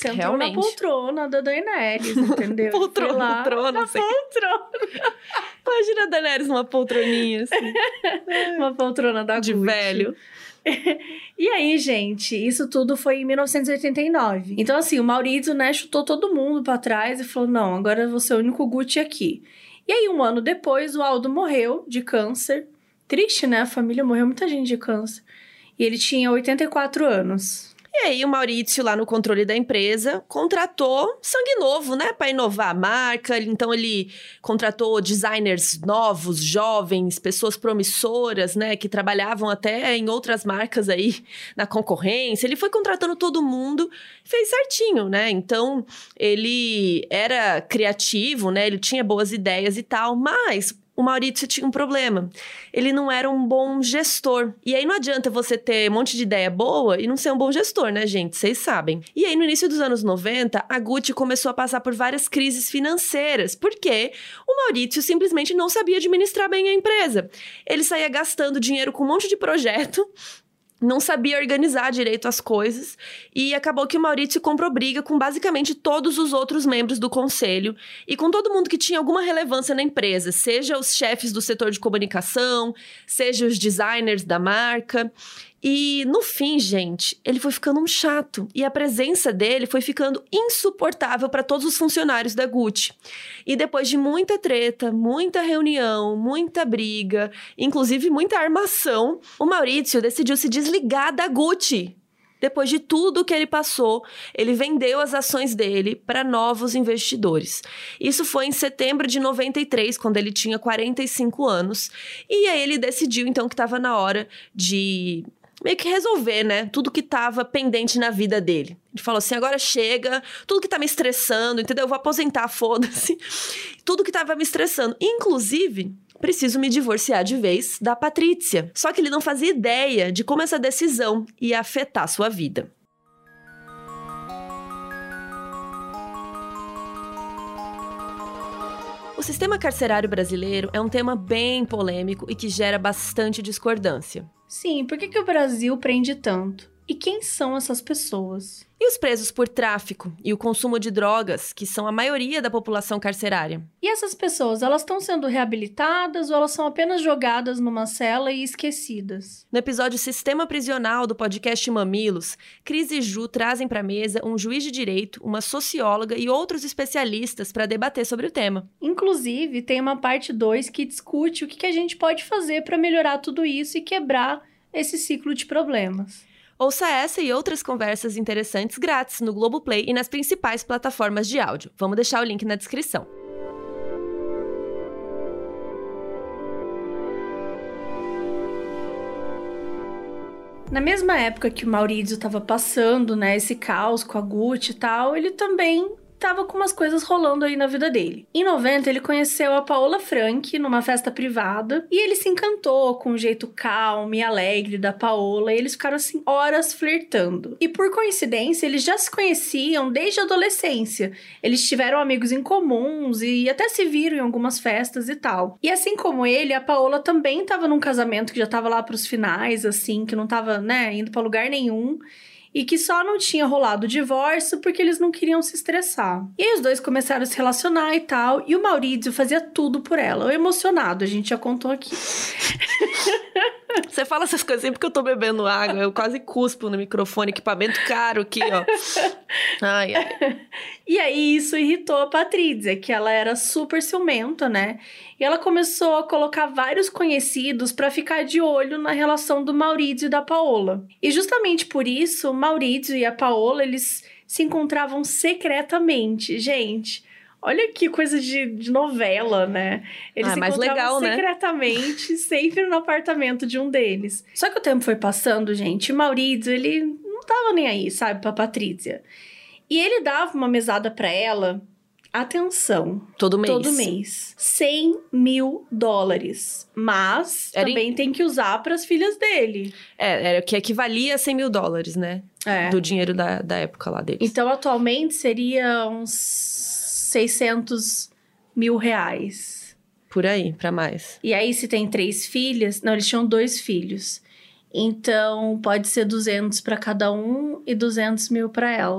sentou Realmente. na poltrona da Daenerys, entendeu? Poltrona, Foi lá, poltrona, na sei. poltrona. Imagina a Daenerys numa poltroninha, assim. Uma poltrona da De Gucci. velho. E aí, gente, isso tudo foi em mil novecentos e oitenta e nove. Então, assim, o Maurizio, né, chutou todo mundo pra trás e falou, não, agora eu vou ser o único Gucci aqui. E aí, um ano depois, o Aldo morreu de câncer. Triste, né? A família morreu muita gente de câncer. E ele tinha oitenta e quatro anos. E aí o Maurício, lá no controle da empresa, contratou sangue novo, né? Pra inovar a marca. Então ele contratou designers novos, jovens, pessoas promissoras, né? Que trabalhavam até em outras marcas aí na concorrência. Ele foi contratando todo mundo, fez certinho, né? Então ele era criativo, né? Ele tinha boas ideias e tal, mas o Maurício tinha um problema. Ele não era um bom gestor. E aí não adianta você ter um monte de ideia boa e não ser um bom gestor, né, gente? Vocês sabem. E aí, no início dos anos noventa, a Gucci começou a passar por várias crises financeiras, porque o Maurício simplesmente não sabia administrar bem a empresa. Ele saía gastando dinheiro com um monte de projeto, não sabia organizar direito as coisas, e acabou que o Maurício comprou briga com basicamente todos os outros membros do conselho e com todo mundo que tinha alguma relevância na empresa, seja os chefes do setor de comunicação, seja os designers da marca. E, no fim, gente, ele foi ficando um chato. E a presença dele foi ficando insuportável para todos os funcionários da Gucci. E depois de muita treta, muita reunião, muita briga, inclusive muita armação, o Maurício decidiu se desligar da Gucci. Depois de tudo que ele passou, ele vendeu as ações dele para novos investidores. Isso foi em setembro de noventa e três, quando ele tinha quarenta e cinco anos. E aí ele decidiu, então, que estava na hora de meio que resolver, né? Tudo que tava pendente na vida dele. Ele falou assim, agora chega, tudo que tá me estressando, entendeu? Eu vou aposentar, foda-se. Tudo que tava me estressando. Inclusive, preciso me divorciar de vez da Patrícia. Só que ele não fazia ideia de como essa decisão ia afetar sua vida. O sistema carcerário brasileiro é um tema bem polêmico e que gera bastante discordância. Sim, por que que o Brasil prende tanto? E quem são essas pessoas? E os presos por tráfico e o consumo de drogas, que são a maioria da população carcerária? E essas pessoas, elas estão sendo reabilitadas ou elas são apenas jogadas numa cela e esquecidas? No episódio Sistema Prisional do podcast Mamilos, Cris e Ju trazem para a mesa um juiz de direito, uma socióloga e outros especialistas para debater sobre o tema. Inclusive, tem uma parte dois que discute o que que a gente pode fazer para melhorar tudo isso e quebrar esse ciclo de problemas. Ouça essa e outras conversas interessantes grátis no Globoplay e nas principais plataformas de áudio. Vamos deixar o link na descrição. Na mesma época que o Maurício estava passando, né, esse caos com a Gucci e tal, ele também tava com umas coisas rolando aí na vida dele. Em noventa, ele conheceu a Paola Frank numa festa privada e ele se encantou com o jeito calmo e alegre da Paola e eles ficaram assim horas flertando. E por coincidência, eles já se conheciam desde a adolescência. Eles tiveram amigos em comuns e até se viram em algumas festas e tal. E assim como ele, a Paola também tava num casamento que já tava lá pros finais, assim, que não tava, né, indo pra lugar nenhum. E que só não tinha rolado o divórcio porque eles não queriam se estressar. E aí os dois começaram a se relacionar e tal, e o Maurício fazia tudo por ela. Eu emocionado, a gente já contou aqui. Você fala essas coisas sempre que eu tô bebendo água, eu quase cuspo no microfone, equipamento caro aqui, ó. Ai, ai. E aí isso irritou a Patrícia, que ela era super ciumenta, né? E ela começou a colocar vários conhecidos pra ficar de olho na relação do Maurício e da Paola. E justamente por isso, o Maurício e a Paola, eles se encontravam secretamente. Gente, olha que coisa de, de novela, né? Eles ah, se mais encontravam legal, secretamente, né? Sempre no apartamento de um deles. Só que o tempo foi passando, gente, e o Maurício, ele não tava nem aí, sabe, pra Patrícia. E ele dava uma mesada pra ela, atenção. Todo mês. Todo mês. cem mil dólares. Mas era também em... tem que usar pras filhas dele. É, era o que equivalia a cem mil dólares, né? É. Do dinheiro da, da época lá deles. Então, atualmente, seria uns seiscentos mil reais. Por aí, pra mais. E aí, se tem três filhas... Não, eles tinham dois filhos. Então, pode ser duzentos pra cada um e duzentos mil pra ela.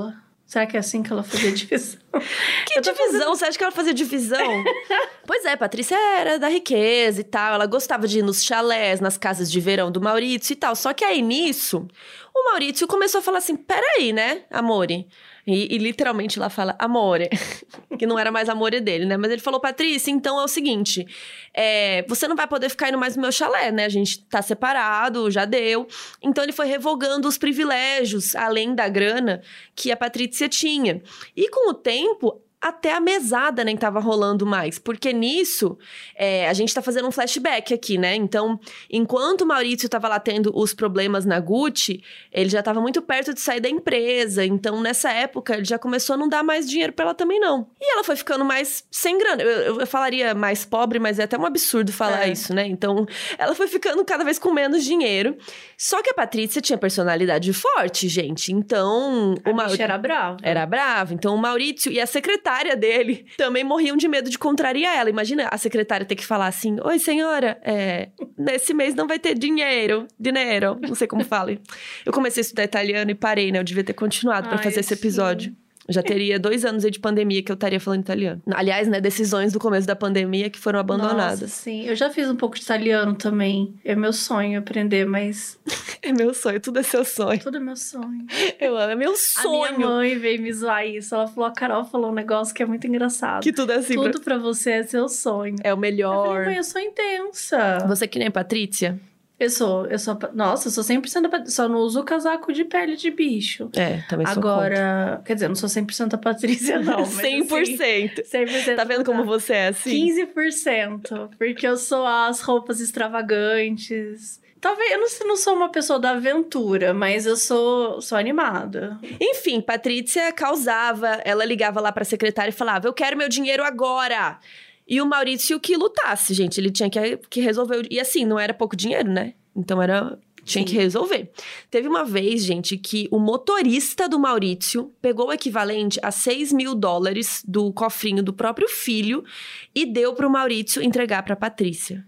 Será que é assim que ela fazia divisão? Que divisão? Fazendo... Você acha que ela fazia divisão? Pois é, Patrícia era da riqueza e tal. Ela gostava de ir nos chalés, nas casas de verão do Maurício e tal. Só que aí, nisso, o Maurício começou a falar assim, peraí, né, amore? E, e literalmente lá fala amore, que não era mais amore dele, né? Mas ele falou, Patrícia, então é o seguinte, é, você não vai poder ficar indo mais no meu chalé, né? A gente tá separado, já deu. Então ele foi revogando os privilégios, além da grana, que a Patrícia tinha. E com o tempo... até a mesada nem tava rolando mais. Porque nisso, é, a gente tá fazendo um flashback aqui, né? Então, enquanto o Maurício tava lá tendo os problemas na Gucci, ele já tava muito perto de sair da empresa. Então, nessa época, ele já começou a não dar mais dinheiro pra ela também, não. E ela foi ficando mais sem grana. Eu, eu falaria mais pobre, mas é até um absurdo falar é. isso, né? Então, ela foi ficando cada vez com menos dinheiro. Só que a Patrícia tinha personalidade forte, gente. Então... A o Maur... era brava. Era brava. Então, o Maurício e a secretária dele também morriam de medo de contrariar ela. Imagina a secretária ter que falar assim, oi, senhora, é, nesse mês não vai ter dinheiro, dinheiro, não sei como fala. Eu comecei a estudar italiano e parei, né? Eu devia ter continuado pra Ai, fazer esse episódio. Sim. Já teria dois anos aí de pandemia que eu estaria falando italiano. Aliás, né, decisões do começo da pandemia que foram abandonadas. Nossa, sim. Eu já fiz um pouco de italiano também. É meu sonho aprender, mas... É meu sonho, tudo é seu sonho. Tudo é meu sonho. Eu amo, é meu sonho. A minha mãe veio me zoar isso. Ela falou, a Carol falou um negócio que é muito engraçado. Que tudo é assim. Tudo pra, pra você é seu sonho. É o melhor. Eu falei, mãe, eu sou intensa. Você que nem Patrícia? Eu sou, eu sou... Nossa, eu sou cem por cento da... Só não uso casaco de pele de bicho. É, também sou Agora, contra. Quer dizer, eu não sou cem por cento da Patrícia, não. Mas cem por cento. Assim, cem por cento. Tá vendo como você é assim? quinze por cento. Porque eu sou as roupas extravagantes. Talvez, eu não, não sou uma pessoa da aventura, mas eu sou, sou animada. Enfim, Patrícia causava. Ela ligava lá pra secretária e falava, eu quero meu dinheiro agora. E o Maurício que lutasse, gente. Ele tinha que, que resolver. E assim, não era pouco dinheiro, né? Então era... Tinha Sim. que resolver. Teve uma vez, gente, que o motorista do Maurício pegou o equivalente a seis mil dólares do cofrinho do próprio filho e deu pro Maurício entregar pra Patrícia.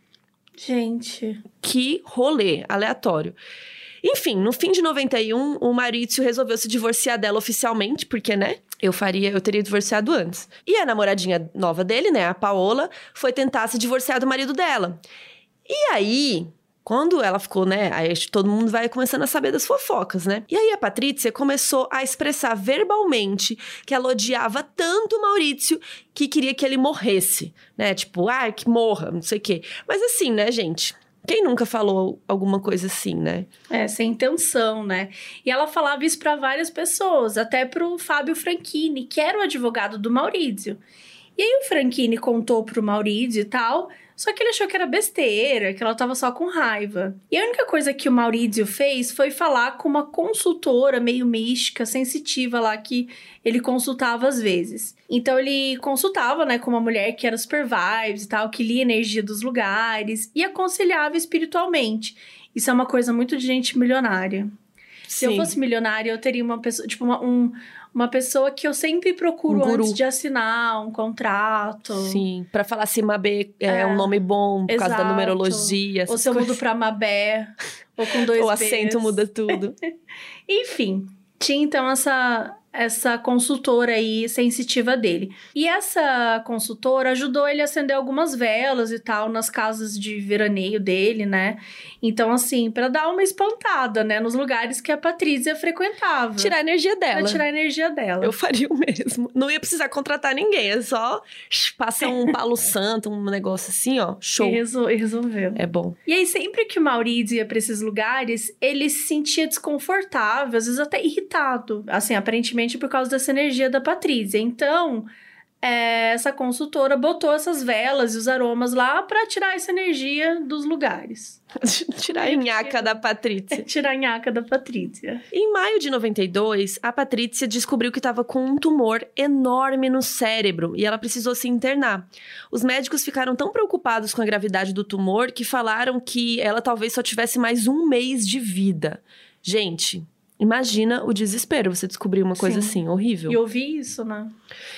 Gente. Que rolê aleatório. Enfim, no fim de noventa e um, o Maurício resolveu se divorciar dela oficialmente, porque, né, eu faria, eu teria divorciado antes. E a namoradinha nova dele, né, a Paola, foi tentar se divorciar do marido dela. E aí, quando ela ficou, né, aí todo mundo vai começando a saber das fofocas, né? E aí a Patrícia começou a expressar verbalmente que ela odiava tanto o Maurício que queria que ele morresse, né? Tipo, ah, que morra, não sei o quê. Mas assim, né, gente... Quem nunca falou alguma coisa assim, né? É, sem intenção, né? E ela falava isso pra várias pessoas, até pro Fábio Franchini, que era o advogado do Maurício. E aí o Franchini contou pro Maurício e tal, só que ele achou que era besteira, que ela tava só com raiva. E a única coisa que o Maurício fez foi falar com uma consultora meio mística, sensitiva lá, que ele consultava às vezes. Então ele consultava, né, com uma mulher que era super vibes e tal, que lia a energia dos lugares e aconselhava espiritualmente. Isso é uma coisa muito de gente milionária. Se Sim. eu fosse milionária, eu teria uma pessoa, tipo, uma, um, uma pessoa que eu sempre procuro um antes de assinar um contrato. Sim, pra falar se Mabé é, é um nome bom, por Exato. Causa da numerologia. Ou se eu mudo pra Mabé, ou com dois O acento muda tudo. Enfim, tinha então essa... essa consultora aí sensitiva dele. E essa consultora ajudou ele a acender algumas velas e tal nas casas de veraneio dele, né? Então, assim, pra dar uma espantada, né? Nos lugares que a Patrícia frequentava. Tirar a energia dela. Pra tirar a energia dela. Eu faria o mesmo. Não ia precisar contratar ninguém, é só passa um palo santo, um negócio assim, ó, show. E resol- resolveu. É bom. E aí, sempre que o Maurício ia pra esses lugares, ele se sentia desconfortável, às vezes até irritado. Assim, aparentemente por causa dessa energia da Patrícia. Então, é, essa consultora botou essas velas e os aromas lá pra tirar essa energia dos lugares. Tirar a nhaca da Patrícia. Tirar a nhaca da Patrícia. Em maio de noventa e dois, a Patrícia descobriu que estava com um tumor enorme no cérebro e ela precisou se internar. Os médicos ficaram tão preocupados com a gravidade do tumor que falaram que ela talvez só tivesse mais um mês de vida. Gente... Imagina o desespero, você descobrir uma coisa Sim. assim, horrível. E eu ouvi isso, né?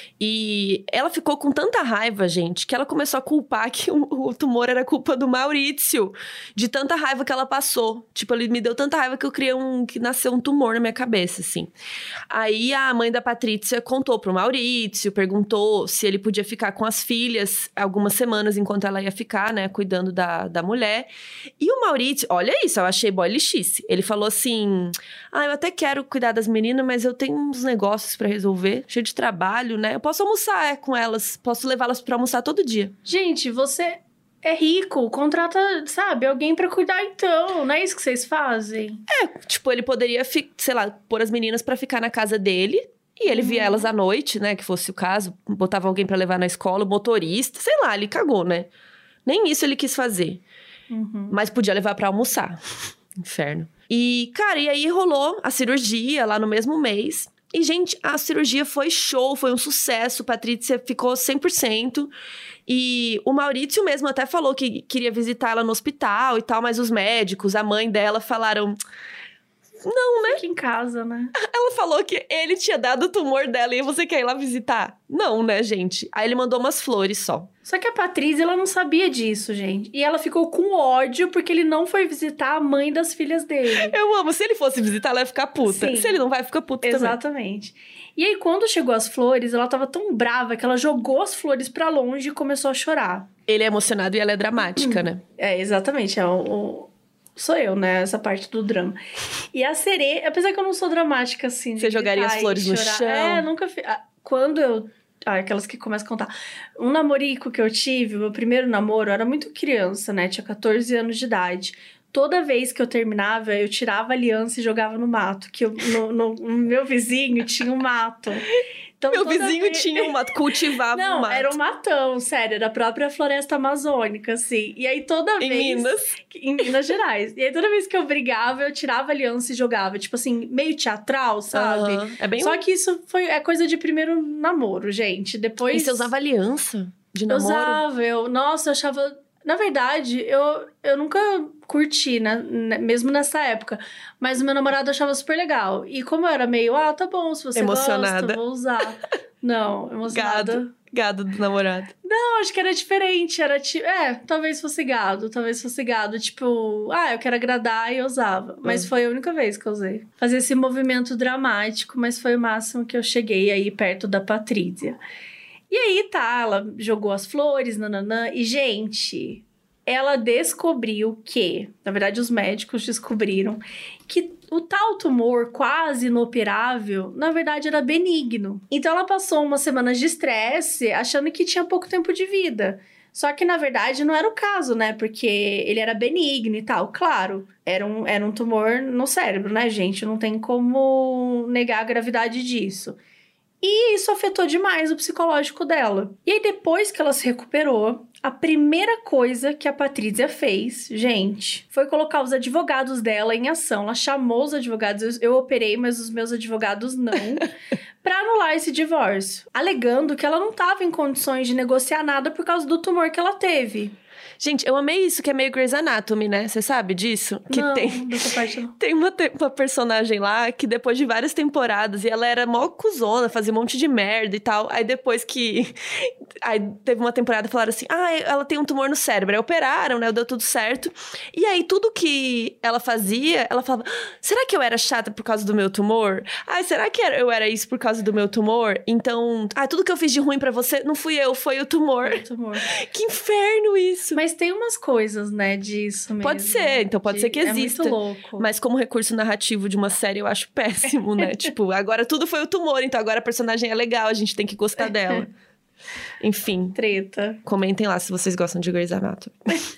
E ela ficou com tanta raiva, gente, que ela começou a culpar que o, o tumor era culpa do Maurício. De tanta raiva que ela passou. Tipo, ele me deu tanta raiva que eu criei um... que nasceu um tumor na minha cabeça, assim. Aí a mãe da Patrícia contou pro Maurício, perguntou se ele podia ficar com as filhas algumas semanas enquanto ela ia ficar, né, cuidando da, da mulher. E o Maurício, olha isso, eu achei boilichice. Ele falou assim, ah, eu até quero cuidar das meninas, mas eu tenho uns negócios pra resolver, cheio de trabalho, né? Eu posso almoçar é, com elas, posso levá-las pra almoçar todo dia. Gente, você é rico, contrata, sabe, alguém pra cuidar então, não é isso que vocês fazem? É, tipo, ele poderia, fi- sei lá, pôr as meninas pra ficar na casa dele e ele via elas à noite, né, que fosse o caso, botava alguém pra levar na escola, o motorista, sei lá, ele cagou, né? Nem isso ele quis fazer. Uhum. Mas podia levar pra almoçar. Inferno. E, cara, e aí rolou a cirurgia lá no mesmo mês. E, gente, a cirurgia foi show, foi um sucesso. Patrícia ficou cem por cento. E o Maurício mesmo até falou que queria visitar ela no hospital e tal, mas os médicos, a mãe dela falaram... Não, né? Fica em casa, né? Ela falou que ele tinha dado o tumor dela e você quer ir lá visitar? Não, né, gente? Aí ele mandou umas flores só. Só que a Patrícia, ela não sabia disso, gente. E ela ficou com ódio porque ele não foi visitar a mãe das filhas dele. Eu amo. Se ele fosse visitar, ela ia ficar puta. Sim. Se ele não vai, fica puta também. Exatamente. E aí, quando chegou as flores, ela tava tão brava que ela jogou as flores pra longe e começou a chorar. Ele é emocionado e ela é dramática, né? É, exatamente. É o, o- Sou eu, né? Essa parte do drama. E a sereia... Apesar que eu não sou dramática, assim. de Você jogaria gritar as e flores no chorar. chão? É, nunca fiz... Quando eu... Ah, aquelas que começam a contar. Um namorico que eu tive, o meu primeiro namoro, eu era muito criança, né? Tinha catorze anos de idade. Toda vez que eu terminava, eu tirava a aliança e jogava no mato. Que eu, no, no- no meu vizinho tinha um mato. Então, Meu toda vizinho vez- tinha um mato, cultivava Não, um mato. era um matão, sério. Era a própria floresta amazônica, assim. E aí toda Em vez... Minas. Em Minas Gerais. E aí toda vez que eu brigava, eu tirava a aliança e jogava. Tipo assim, meio teatral, sabe? Aham. É bem... Só que isso foi, é coisa de primeiro namoro, gente. Depois... E você usava aliança de Eu namoro? usava, eu... Nossa, eu achava... Na verdade, eu, eu nunca curti, né? né, Mesmo nessa época. Mas o meu namorado achava super legal. E como eu era meio, ah, tá bom, se você Emocionada. gosta, vou usar. Não, emocionada. Gado. Gado do namorado. Não, acho que era diferente. Era tipo. É, talvez fosse gado, talvez fosse gado. Tipo, ah, eu quero agradar e eu usava. Mas Uhum. foi a única vez que eu usei. Fazer esse movimento dramático, mas foi o máximo que eu cheguei aí perto da Patrícia. E aí tá, ela jogou as flores, nananã. E, gente, ela descobriu que, na verdade, os médicos descobriram que o tal tumor quase inoperável, na verdade, era benigno. Então, ela passou umas semanas de estresse achando que tinha pouco tempo de vida. Só que, na verdade, não era o caso, né? Porque ele era benigno e tal. Claro, era um, era um tumor no cérebro, né, gente? Não tem como negar a gravidade disso. E isso afetou demais o psicológico dela. E aí, depois que ela se recuperou, a primeira coisa que a Patrícia fez, gente, foi colocar os advogados dela em ação. Ela chamou os advogados, eu, eu operei, mas os meus advogados não, pra anular esse divórcio, alegando que ela não estava em condições de negociar nada por causa do tumor que ela teve. Gente, eu amei isso, que é meio Grey's Anatomy, né? Você sabe disso? Que não, tem... dessa parte não. Tem uma, te- uma personagem lá que depois de várias temporadas, e ela era mó cuzona, fazia um monte de merda e tal. Aí depois que... Aí teve uma temporada e falaram assim, ah, ela tem um tumor no cérebro. Aí operaram, né? Deu tudo certo. E aí tudo que ela fazia, ela falava, ah, será que eu era chata por causa do meu tumor? Ai, será que eu era isso por causa do meu tumor? Então, ah, tudo que eu fiz de ruim pra você, não fui eu, foi o tumor. O tumor. Que inferno isso! Mas tem umas coisas, né, disso mesmo. Pode ser, então pode de- ser que exista. É muito louco. Mas como recurso narrativo de uma série, eu acho péssimo, né? Tipo, agora tudo foi o tumor, então agora a personagem é legal, a gente tem que gostar dela. Enfim, Treta. comentem lá se vocês gostam de Grey's Anatomy.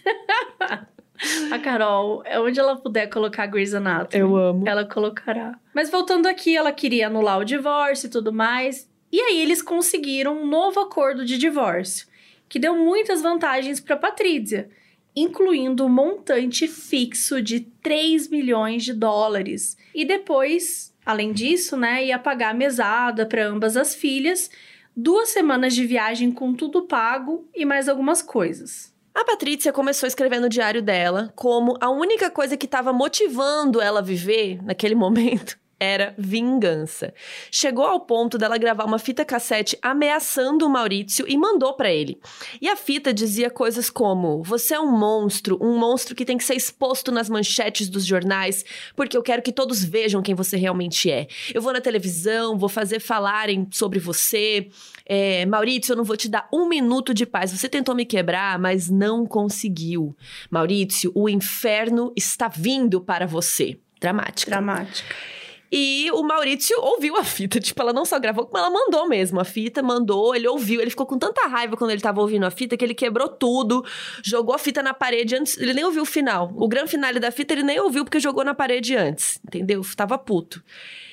A Carol, é onde ela puder colocar Grey's Anatomy, Eu amo. ela colocará. Mas voltando aqui, ela queria anular o divórcio e tudo mais. E aí eles conseguiram um novo acordo de divórcio, que deu muitas vantagens para Patrícia, incluindo um montante fixo de três milhões de dólares. E depois, além disso, né, ia pagar a mesada para ambas as filhas, duas semanas de viagem com tudo pago e mais algumas coisas. A Patrícia começou a escrever no diário dela como a única coisa que estava motivando ela a viver naquele momento era vingança. Chegou ao ponto dela gravar uma fita cassete ameaçando o Maurício e mandou pra ele. E a fita dizia coisas como: você é um monstro, um monstro que tem que ser exposto nas manchetes dos jornais, porque eu quero que todos vejam quem você realmente é. Eu vou na televisão, vou fazer falarem sobre você. É, Maurício, eu não vou te dar um minuto de paz. Você tentou me quebrar, mas não conseguiu. Maurício, o inferno está vindo para você. Dramática. Dramática. E o Maurício ouviu a fita, tipo, ela não só gravou, como ela mandou mesmo a fita, mandou, ele ouviu, ele ficou com tanta raiva quando ele tava ouvindo a fita, que ele quebrou tudo, jogou a fita na parede antes, ele nem ouviu o final. O grande finale da fita ele nem ouviu porque jogou na parede antes, entendeu? Tava puto.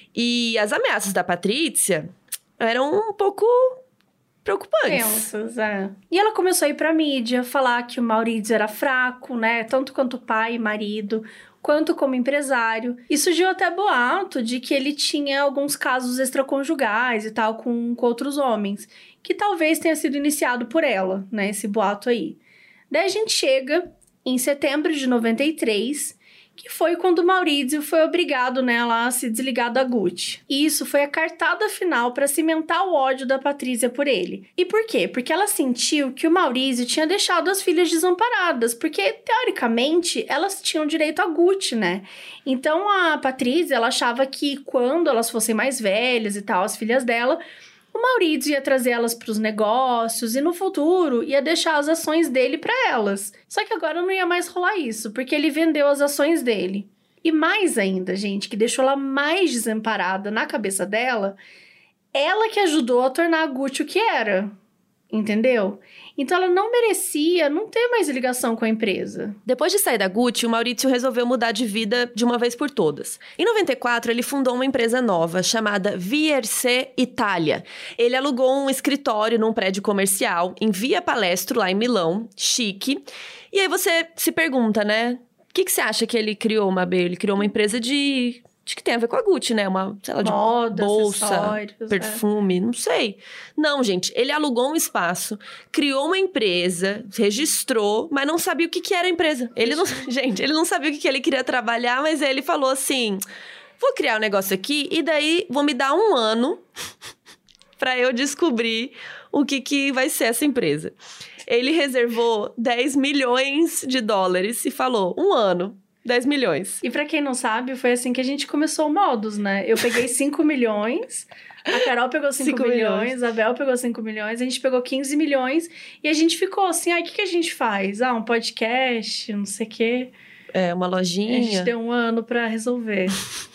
E as ameaças da Patrícia eram um pouco preocupantes. Tensas, é. E ela começou a ir pra mídia, falar que o Maurício era fraco, né? Tanto quanto pai e marido, quanto como empresário. E surgiu até boato de que ele tinha alguns casos extraconjugais e tal com, com outros homens, que talvez tenha sido iniciado por ela, né, esse boato aí. Daí a gente chega em setembro de noventa e três, que foi quando o Maurício foi obrigado, né, a se desligar da Gucci. E isso foi a cartada final para cimentar o ódio da Patrícia por ele. E por quê? Porque ela sentiu que o Maurício tinha deixado as filhas desamparadas, porque, teoricamente, elas tinham direito à Gucci, né? Então, a Patrícia, ela achava que quando elas fossem mais velhas e tal, as filhas dela, o Maurício ia trazer elas para os negócios e no futuro ia deixar as ações dele para elas. Só que agora não ia mais rolar isso, porque ele vendeu as ações dele. E mais ainda, gente, que deixou ela mais desamparada na cabeça dela, ela que ajudou a tornar a Gucci o que era. Entendeu? Então ela não merecia não ter mais ligação com a empresa. Depois de sair da Gucci, o Maurício resolveu mudar de vida de uma vez por todas. Em noventa e quatro, ele fundou uma empresa nova chamada Vierce Itália. Ele alugou um escritório num prédio comercial em Via Palestro, lá em Milão, chique. E aí você se pergunta, né? O que, que você acha que ele criou, Mabê? Ele criou uma empresa de... Acho que tem a ver com a Gucci, né? Uma, sei lá, de moda, bolsa, perfume, é. Não sei. Não, gente, ele alugou um espaço, criou uma empresa, registrou, mas não sabia o que, que era a empresa. Ele não, gente, ele não sabia o que, que ele queria trabalhar, mas ele falou assim, vou criar um negócio aqui e daí vou me dar um ano pra eu descobrir o que, que vai ser essa empresa. Ele reservou dez milhões de dólares e falou, um ano. dez milhões. E pra quem não sabe, foi assim que a gente começou o Modus, né? Eu peguei cinco milhões, a Carol pegou cinco milhões, a Bel pegou cinco milhões, a gente pegou quinze milhões e a gente ficou assim, ai, ah, o que, que a gente faz? Ah, um podcast, não sei o quê. É, uma lojinha. A gente deu um ano pra resolver.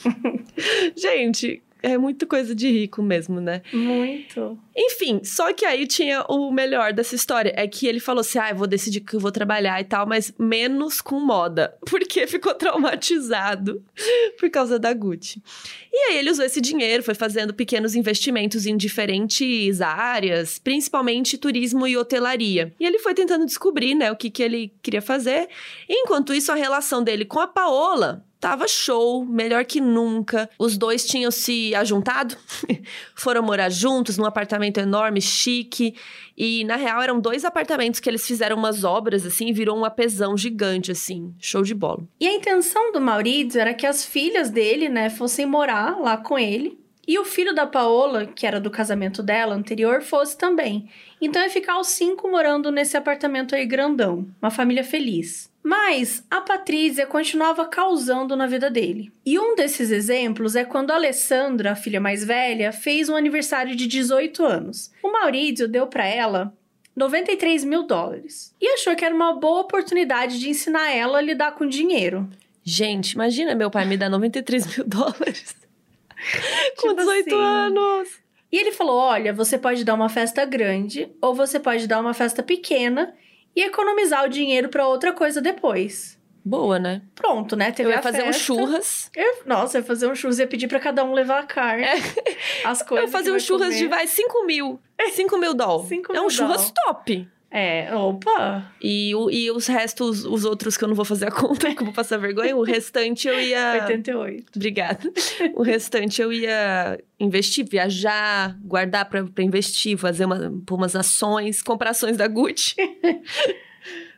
Gente... É muito coisa de rico mesmo, né? Muito. Enfim, só que aí tinha o melhor dessa história. É que ele falou assim, ah, eu vou decidir que eu vou trabalhar e tal, mas menos com moda. Porque ficou traumatizado por causa da Gucci. E aí ele usou esse dinheiro, foi fazendo pequenos investimentos em diferentes áreas, principalmente turismo e hotelaria. E ele foi tentando descobrir, né, o que, que ele queria fazer. Enquanto isso, a relação dele com a Paola... Tava show, melhor que nunca. Os dois tinham se ajuntado, foram morar juntos num apartamento enorme, chique. E, na real, eram dois apartamentos que eles fizeram umas obras, assim, e virou um apesão gigante, assim. Show de bola. E a intenção do Maurício era que as filhas dele, né, fossem morar lá com ele. E o filho da Paola, que era do casamento dela anterior, fosse também. Então, ia ficar os cinco morando nesse apartamento aí grandão. Uma família feliz. Mas a Patrícia continuava causando na vida dele. E um desses exemplos é quando a Alessandra, a filha mais velha, fez um aniversário de dezoito anos. O Maurício deu para ela noventa e três mil dólares. E achou que era uma boa oportunidade de ensinar ela a lidar com dinheiro. Gente, imagina meu pai me dar noventa e três mil dólares. Com tipo dezoito assim. Anos. E ele falou, olha, você pode dar uma festa grande ou você pode dar uma festa pequena e economizar o dinheiro pra outra coisa depois. Boa, né? Pronto, né? Teve eu ia a fazer festa. um churras. Eu, nossa, eu ia fazer um churras. Ia pedir pra cada um levar a carne. É. As coisas. Eu ia fazer um churras comer. De, vai, cinco mil. cinco mil dólares. É um churras top. É, opa! E, o, e os restos, os outros que eu não vou fazer a conta, que eu vou passar vergonha, o restante eu ia... oitenta e oito. Obrigada. O restante eu ia investir, viajar, guardar pra, pra investir, fazer uma, umas ações, comprar ações da Gucci.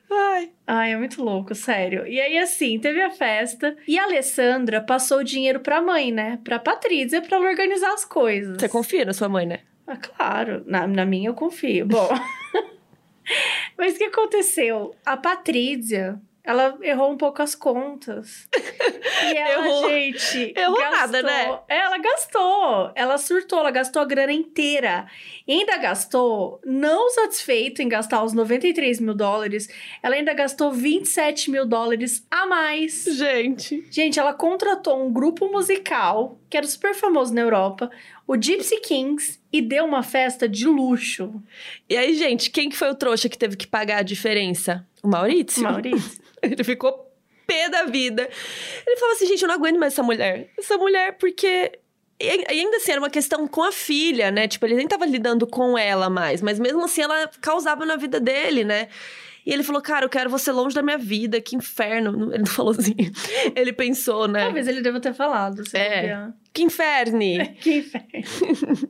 Ai. Ai, é muito louco, sério. E aí, assim, teve a festa e a Alessandra passou o dinheiro pra mãe, né? Pra Patrícia, pra ela organizar as coisas. Você confia na sua mãe, né? Ah, claro. Na, na minha eu confio. Bom... Mas o que aconteceu? A Patrícia, ela errou um pouco as contas. E ela, Errou. gente... Errou gastou... nada, né? Ela gastou. Ela surtou, ela gastou a grana inteira. E ainda gastou, não satisfeito em gastar os noventa e três mil dólares, ela ainda gastou vinte e sete mil dólares a mais. Gente. Gente, ela contratou um grupo musical, que era super famoso na Europa, o Gypsy Kings, e deu uma festa de luxo. E aí, gente, quem que foi o trouxa que teve que pagar a diferença? O Maurício? Maurício. Ele ficou pé da vida. Ele falou assim, gente, eu não aguento mais essa mulher. Essa mulher, porque... E ainda assim, era uma questão com a filha, né? Tipo, ele nem tava lidando com ela mais. Mas mesmo assim, ela causava na vida dele, né? E ele falou, cara, eu quero você longe da minha vida. Que inferno. Ele não falou assim. Ele pensou, né? Talvez ele deva ter falado. Se É. bobear. Que inferne. Que inferno.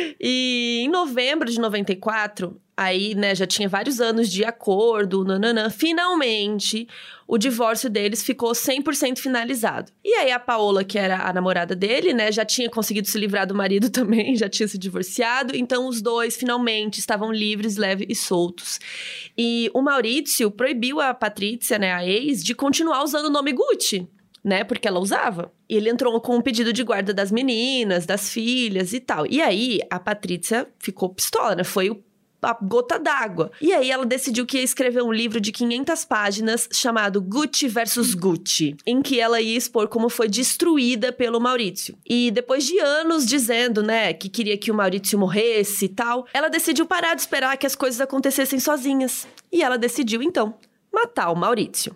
E em novembro de noventa e quatro, aí, né, já tinha vários anos de acordo, nananã. Finalmente, o divórcio deles ficou cem por cento finalizado. E aí, a Paola, que era a namorada dele, né, já tinha conseguido se livrar do marido também, já tinha se divorciado. Então, os dois, finalmente, estavam livres, leves e soltos. E o Maurício proibiu a Patrícia, né, a ex, de continuar usando o nome Gucci, né, porque ela usava. E ele entrou com um pedido de guarda das meninas, das filhas e tal. E aí, a Patrícia ficou pistola, né, foi o a gota d'água. E aí ela decidiu que ia escrever um livro de quinhentas páginas chamado Gucci versus Gucci, em que ela ia expor como foi destruída pelo Maurício. E depois de anos dizendo, né, que queria que o Maurício morresse e tal, ela decidiu parar de esperar que as coisas acontecessem sozinhas. E ela decidiu, então, matar o Maurício.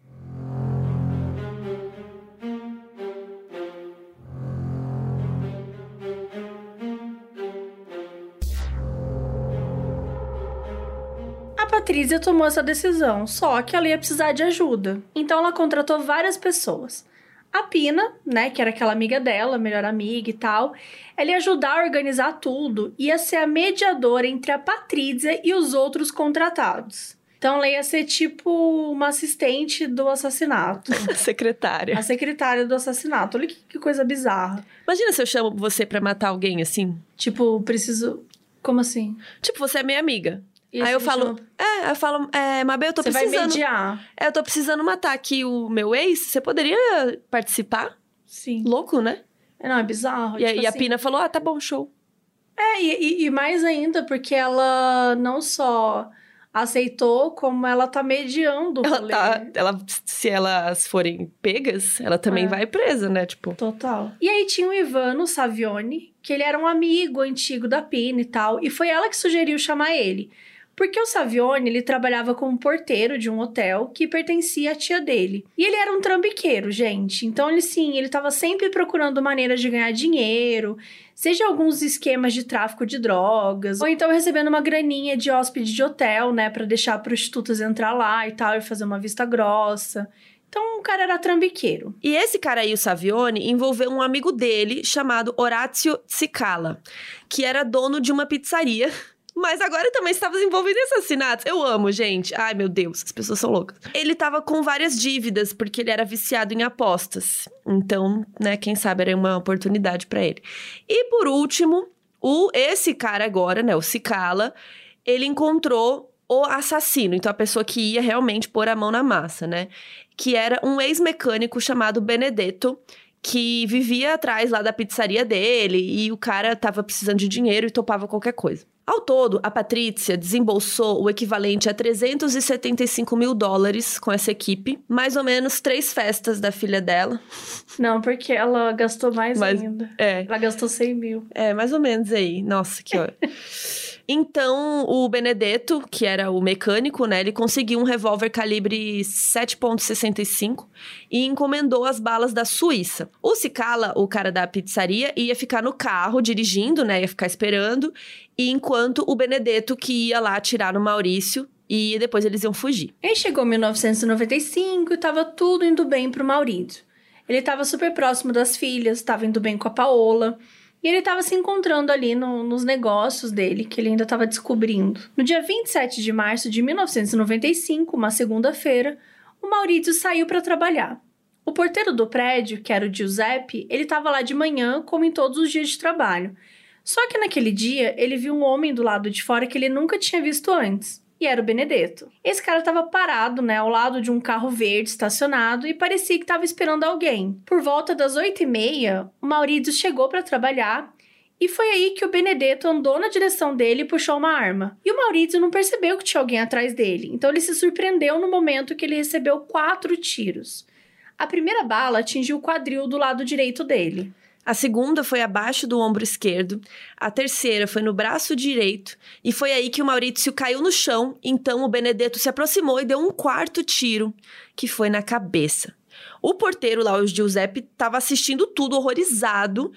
A Patrícia tomou essa decisão, só que ela ia precisar de ajuda. Então ela contratou várias pessoas. A Pina, né, que era aquela amiga dela, melhor amiga e tal, ela ia ajudar a organizar tudo, ia ser a mediadora entre a Patrícia e os outros contratados. Então ela ia ser tipo uma assistente do assassinato. A secretária. A secretária do assassinato. Olha que, que coisa bizarra. Imagina se eu chamo você pra matar alguém assim. Tipo, preciso... Como assim? Tipo, você é minha amiga. E aí eu você falo, chama- é, eu falo, é, Mabel, eu tô Você precisando... vai mediar. É, eu tô precisando matar aqui o meu ex, você poderia participar? Sim. Louco, né? Não, é bizarro. E, a- tipo e a assim. Pina falou, ah, tá bom, show. É, e, e- e mais ainda, porque ela não só aceitou, como ela tá mediando o Ela rolê. tá, ela, se elas forem pegas, ela também É. vai presa, né? Tipo, Total. E aí tinha o Ivano Savioni, que ele era um amigo antigo da Pina e tal, e foi ela que sugeriu chamar ele. Porque o Savioni, ele trabalhava como porteiro de um hotel que pertencia à tia dele. E ele era um trambiqueiro, gente. Então, ele sim, ele tava sempre procurando maneiras de ganhar dinheiro, seja alguns esquemas de tráfico de drogas, ou então recebendo uma graninha de hóspede de hotel, né, pra deixar prostitutas entrar lá e tal, e fazer uma vista grossa. Então, o cara era trambiqueiro. e esse cara aí, o Savioni, envolveu um amigo dele chamado Horácio Cicala, que era dono de uma pizzaria. Mas agora também estava envolvido em assassinatos. Eu amo, gente. Ai, meu Deus, as pessoas são loucas. Ele tava com várias dívidas, porque ele era viciado em apostas. Então, né, quem sabe era uma oportunidade pra ele. E por último, o, esse cara agora, né, o Cicala, ele encontrou o assassino. Então, a pessoa que ia realmente pôr a mão na massa, né? Que era um ex-mecânico chamado Benedetto, que vivia atrás lá da pizzaria dele. E o cara tava precisando de dinheiro e topava qualquer coisa. Ao todo, a Patrícia desembolsou o equivalente a trezentos e setenta e cinco mil dólares com essa equipe. Mais ou menos três festas da filha dela. Não, porque ela gastou mais Mas- ainda. É, Ela gastou cem mil. é, mais ou menos aí. Nossa, que hora. Então, o Benedetto, que era o mecânico, né? Ele conseguiu um revólver calibre sete ponto sessenta e cinco e encomendou as balas da Suíça. O Cicala, o cara da pizzaria, ia ficar no carro dirigindo, né? Ia ficar esperando. E enquanto o Benedetto que ia lá atirar no Maurício e depois eles iam fugir. Aí chegou mil novecentos e noventa e cinco e tava tudo indo bem pro Maurício. Ele tava super próximo das filhas, tava indo bem com a Paola. E ele estava se encontrando ali no, nos negócios dele, que ele ainda estava descobrindo. No dia vinte e sete de março de mil novecentos e noventa e cinco, uma segunda-feira, o Maurício saiu para trabalhar. O porteiro do prédio, que era o Giuseppe, ele estava lá de manhã, como em todos os dias de trabalho. Só que naquele dia, ele viu um homem do lado de fora que ele nunca tinha visto antes. E era o Benedetto. Esse cara estava parado, né, ao lado de um carro verde estacionado e parecia que estava esperando alguém. Por volta das oito e meia, o Maurício chegou para trabalhar e foi aí que o Benedetto andou na direção dele e puxou uma arma. E o Maurício não percebeu que tinha alguém atrás dele, então ele se surpreendeu no momento que ele recebeu quatro tiros. A primeira bala atingiu o quadril do lado direito dele. A segunda foi abaixo do ombro esquerdo, a terceira foi no braço direito, e foi aí que o Maurício caiu no chão, então o Benedetto se aproximou e deu um quarto tiro, que foi na cabeça. O porteiro lá, o Giuseppe, estava assistindo tudo horrorizado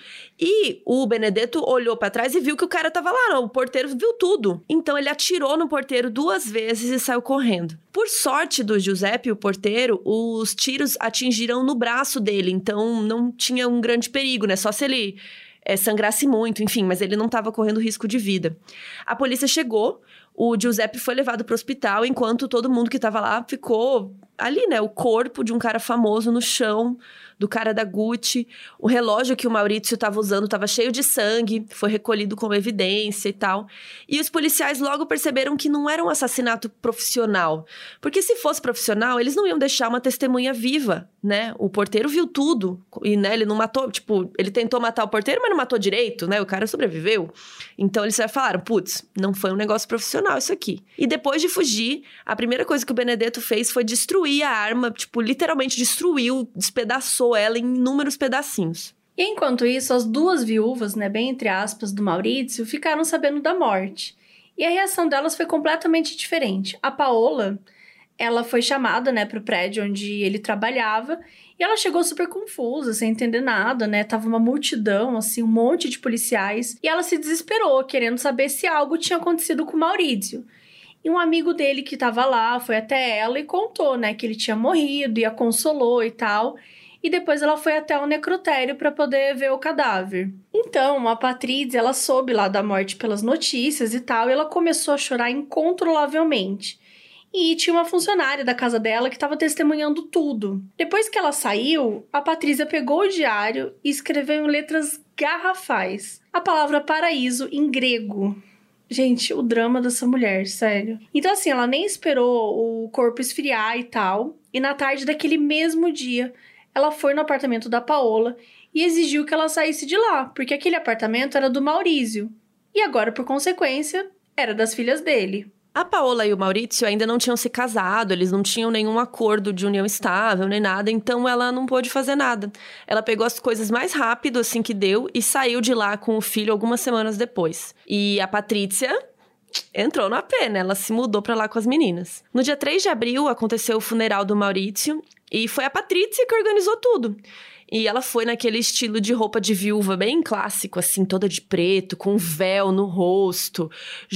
e o Benedetto olhou para trás e viu que o cara estava lá, não, o porteiro viu tudo. Então ele atirou no porteiro duas vezes e saiu correndo. Por sorte do Giuseppe, o porteiro, os tiros atingiram no braço dele, então não tinha um grande perigo, né? Só se ele é, sangrasse muito, enfim, mas ele não estava correndo risco de vida. A polícia chegou, o Giuseppe foi levado para o hospital, enquanto todo mundo que estava lá ficou ali, né? O corpo de um cara famoso no chão, do cara da Gucci. O relógio que o Maurício estava usando estava cheio de sangue, foi recolhido como evidência e tal. E os policiais logo perceberam que não era um assassinato profissional. Porque se fosse profissional, eles não iam deixar uma testemunha viva, né? O porteiro viu tudo e, né, ele não matou, tipo, ele tentou matar o porteiro, mas não matou direito, né? O cara sobreviveu. Então eles falaram, putz, não foi um negócio profissional isso aqui. E depois de fugir, a primeira coisa que o Benedetto fez foi destruir a arma, tipo, literalmente destruiu, despedaçou ela em inúmeros pedacinhos. E enquanto isso, as duas viúvas, né, bem entre aspas, do Maurício, ficaram sabendo da morte. E a reação delas foi completamente diferente. A Paola, ela foi chamada, né, pro prédio onde ele trabalhava, e ela chegou super confusa, sem entender nada, né, tava uma multidão, assim, um monte de policiais, e ela se desesperou, querendo saber se algo tinha acontecido com o Maurício. E um amigo dele que tava lá foi até ela e contou, né, que ele tinha morrido, e a consolou e tal. E depois ela foi até o necrotério para poder ver o cadáver. Então, a Patrícia, ela soube lá da morte pelas notícias e tal, e ela começou a chorar incontrolavelmente. E tinha uma funcionária da casa dela que estava testemunhando tudo. Depois que ela saiu, a Patrícia pegou o diário e escreveu em letras garrafais a palavra paraíso em grego. Gente, o drama dessa mulher, sério. Então, assim, ela nem esperou o corpo esfriar e tal. E na tarde daquele mesmo dia, ela foi no apartamento da Paola e exigiu que ela saísse de lá, porque aquele apartamento era do Maurício. E agora, por consequência, era das filhas dele. A Paola e o Maurício ainda não tinham se casado, eles não tinham nenhum acordo de união estável, nem nada, então ela não pôde fazer nada. Ela pegou as coisas mais rápido, assim que deu, e saiu de lá com o filho algumas semanas depois. E a Patrícia entrou no A P, né? Ela se mudou pra lá com as meninas. No dia três de abril, aconteceu o funeral do Maurício, e foi a Patrícia que organizou tudo. E ela foi naquele estilo de roupa de viúva bem clássico, assim, toda de preto, com um véu no rosto,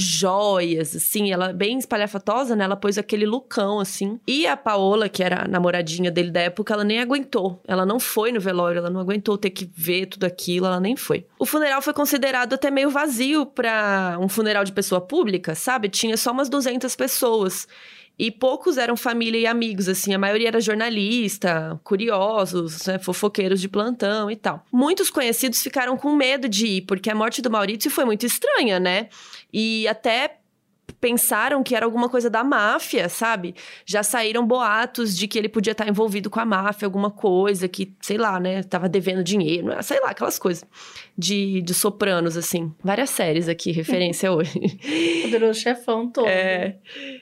joias, assim, ela bem espalhafatosa, né? Ela pôs aquele lookão, assim. E a Paola, que era a namoradinha dele da época, ela nem aguentou. Ela não foi no velório, ela não aguentou ter que ver tudo aquilo, ela nem foi. O funeral foi considerado até meio vazio pra um funeral de pessoa pública, sabe? Tinha só umas duzentas pessoas. E poucos eram família e amigos, assim. A maioria era jornalista, curiosos, né, fofoqueiros de plantão e tal. Muitos conhecidos ficaram com medo de ir, porque a morte do Maurício foi muito estranha, né? E até pensaram que era alguma coisa da máfia, sabe? Já saíram boatos de que ele podia estar envolvido com a máfia, alguma coisa que, sei lá, né? Tava devendo dinheiro, sei lá, aquelas coisas de, de Sopranos, assim. Várias séries aqui, referência hoje. Poderoso chefão todo. É...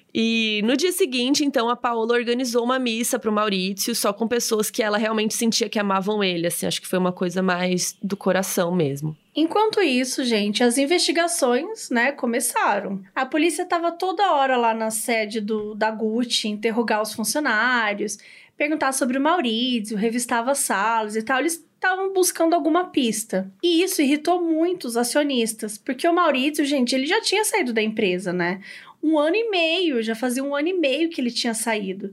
E no dia seguinte, então, a Paola organizou uma missa pro Maurício, só com pessoas que ela realmente sentia que amavam ele, assim, acho que foi uma coisa mais do coração mesmo. Enquanto isso, gente, as investigações, né, começaram. A polícia estava toda hora lá na sede do, da Gucci, interrogar os funcionários, perguntar sobre o Maurício, revistava as salas e tal, eles estavam buscando alguma pista. E isso irritou muito os acionistas, porque o Maurício, gente, ele já tinha saído da empresa, né? Um ano e meio, já fazia um ano e meio que ele tinha saído.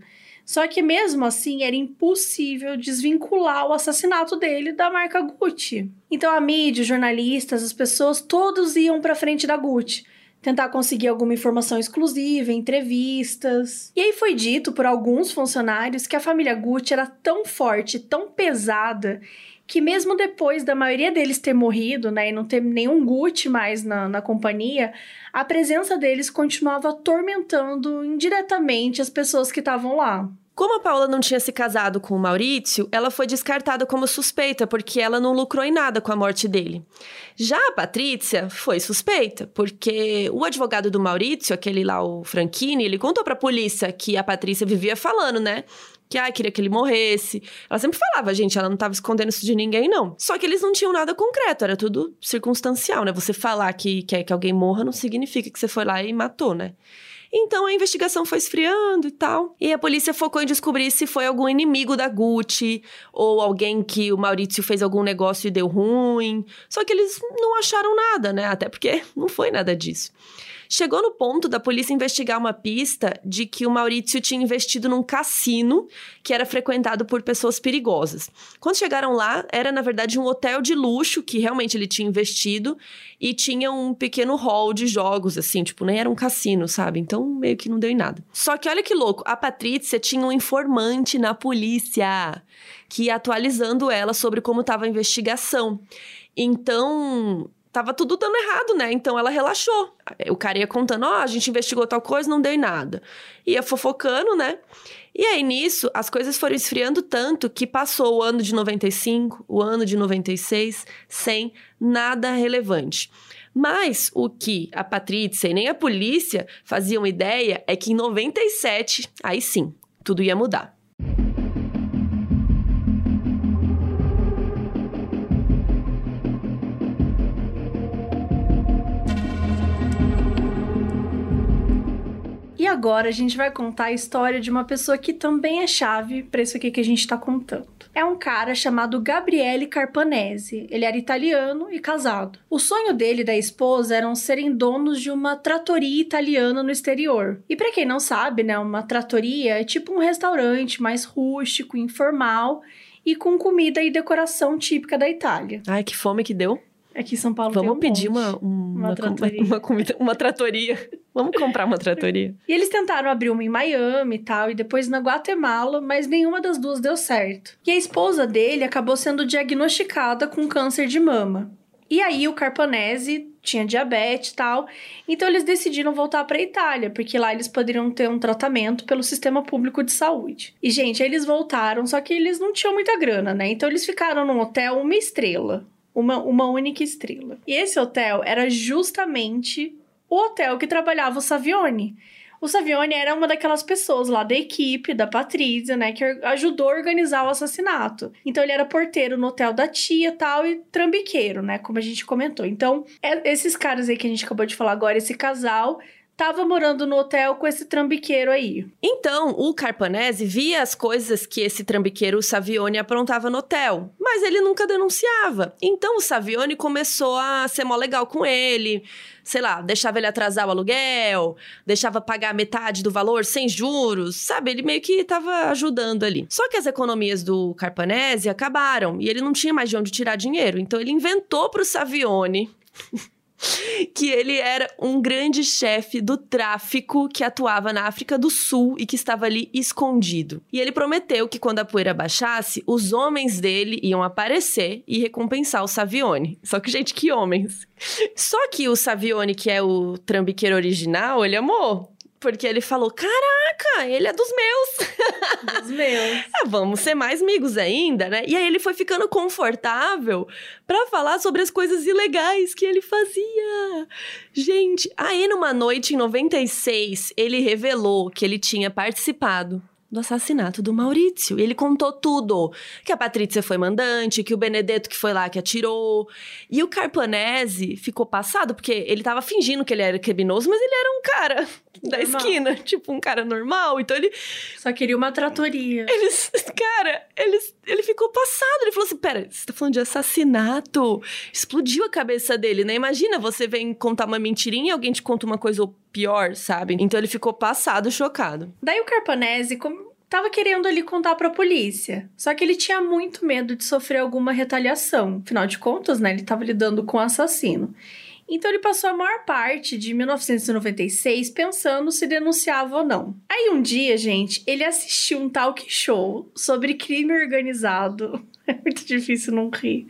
Só que mesmo assim era impossível desvincular o assassinato dele da marca Gucci. Então a mídia, os jornalistas, as pessoas, todos iam pra frente da Gucci, tentar conseguir alguma informação exclusiva, entrevistas. E aí foi dito por alguns funcionários que a família Gucci era tão forte, tão pesada, que mesmo depois da maioria deles ter morrido, né, e não ter nenhum Gucci mais na, na companhia, a presença deles continuava atormentando indiretamente as pessoas que estavam lá. Como a Paula não tinha se casado com o Maurício, ela foi descartada como suspeita, porque ela não lucrou em nada com a morte dele. Já a Patrícia foi suspeita, porque o advogado do Maurício, aquele lá, o Franchini, ele contou pra polícia que a Patrícia vivia falando, né? Que, ah, queria que ele morresse. Ela sempre falava, gente, ela não tava escondendo isso de ninguém, não. Só que eles não tinham nada concreto, era tudo circunstancial, né? Você falar que quer que alguém morra não significa que você foi lá e matou, né? Então, a investigação foi esfriando e tal. E a polícia focou em descobrir se foi algum inimigo da Gucci ou alguém que o Maurício fez algum negócio e deu ruim. Só que eles não acharam nada, né? Até porque não foi nada disso. Chegou no ponto da polícia investigar uma pista de que o Maurício tinha investido num cassino que era frequentado por pessoas perigosas. Quando chegaram lá, era na verdade um hotel de luxo que realmente ele tinha investido e tinha um pequeno hall de jogos, assim, tipo, nem era um cassino, sabe? Então, meio que não deu em nada. Só que olha que louco, a Patrícia tinha um informante na polícia que ia atualizando ela sobre como estava a investigação. Então... tava tudo dando errado, né? Então ela relaxou. O cara ia contando, ó, oh, a gente investigou tal coisa, não deu em nada. Ia fofocando, né? E aí, nisso, as coisas foram esfriando tanto que passou o ano de noventa e cinco, o ano de noventa e seis, sem nada relevante. Mas o que a Patrícia e nem a polícia faziam ideia é que em noventa e sete, aí sim, tudo ia mudar. E agora a gente vai contar a história de uma pessoa que também é chave para isso aqui que a gente tá contando. É um cara chamado Gabriele Carpanese. Ele era italiano e casado. O sonho dele e da esposa eram serem donos de uma trattoria italiana no exterior. E para quem não sabe, né, uma trattoria é tipo um restaurante mais rústico, informal e com comida e decoração típica da Itália. Ai, que fome que deu. Aqui em São Paulo Vamos tem um pedir monte. uma, uma, uma, tratoria. uma, comida, uma tratoria. Vamos comprar uma tratoria. E eles tentaram abrir uma em Miami e tal, e depois na Guatemala, mas nenhuma das duas deu certo. E a esposa dele acabou sendo diagnosticada com câncer de mama. E aí o Carpanese tinha diabetes e tal, então eles decidiram voltar para a Itália, porque lá eles poderiam ter um tratamento pelo sistema público de saúde. E, gente, eles voltaram, só que eles não tinham muita grana, né? Então eles ficaram num hotel uma estrela. Uma, uma única estrela. E esse hotel era justamente o hotel que trabalhava o Savione. O Savione era uma daquelas pessoas lá da equipe, da Patrícia, né, que ajudou a organizar o assassinato. Então, ele era porteiro no hotel da tia e tal, e trambiqueiro, né, como a gente comentou. Então, é, esses caras aí que a gente acabou de falar agora, esse casal... tava morando no hotel com esse trambiqueiro aí. Então, o Carpanese via as coisas que esse trambiqueiro, o Savione, aprontava no hotel. Mas ele nunca denunciava. Então, o Savione começou a ser mó legal com ele. Sei lá, deixava ele atrasar o aluguel, deixava pagar metade do valor sem juros, sabe? Ele meio que tava ajudando ali. Só que as economias do Carpanese acabaram e ele não tinha mais de onde tirar dinheiro. Então, ele inventou pro Savione... que ele era um grande chefe do tráfico que atuava na África do Sul e que estava ali escondido. E ele prometeu que quando a poeira baixasse, os homens dele iam aparecer e recompensar o Savione. Só que, gente, que homens! Só que o Savione, que é o trambiqueiro original, ele amou. Porque ele falou, caraca, ele é dos meus. Dos meus. Ah, vamos ser mais amigos ainda, né? E aí ele foi ficando confortável pra falar sobre as coisas ilegais que ele fazia. Gente, aí numa noite em noventa e seis, ele revelou que ele tinha participado do assassinato do Maurício. E ele contou tudo. Que a Patrícia foi mandante, que o Benedetto que foi lá que atirou. E o Carpanese ficou passado, porque ele tava fingindo que ele era criminoso, mas ele era um cara da normal. Esquina. Tipo, um cara normal. Então ele... só queria uma tratoria. Eles... Cara, eles, ele ficou passado. Ele falou assim, pera, você tá falando de assassinato? Explodiu a cabeça dele, né? Imagina, você vem contar uma mentirinha e alguém te conta uma coisa pior, sabe? Então ele ficou passado, chocado. Daí o Carpanese... como tava querendo ali contar pra polícia. Só que ele tinha muito medo de sofrer alguma retaliação. Afinal de contas, né, ele tava lidando com um assassino. Então ele passou a maior parte de mil novecentos e noventa e seis pensando se denunciava ou não. Aí um dia, gente, ele assistiu um talk show sobre crime organizado. É muito difícil não rir.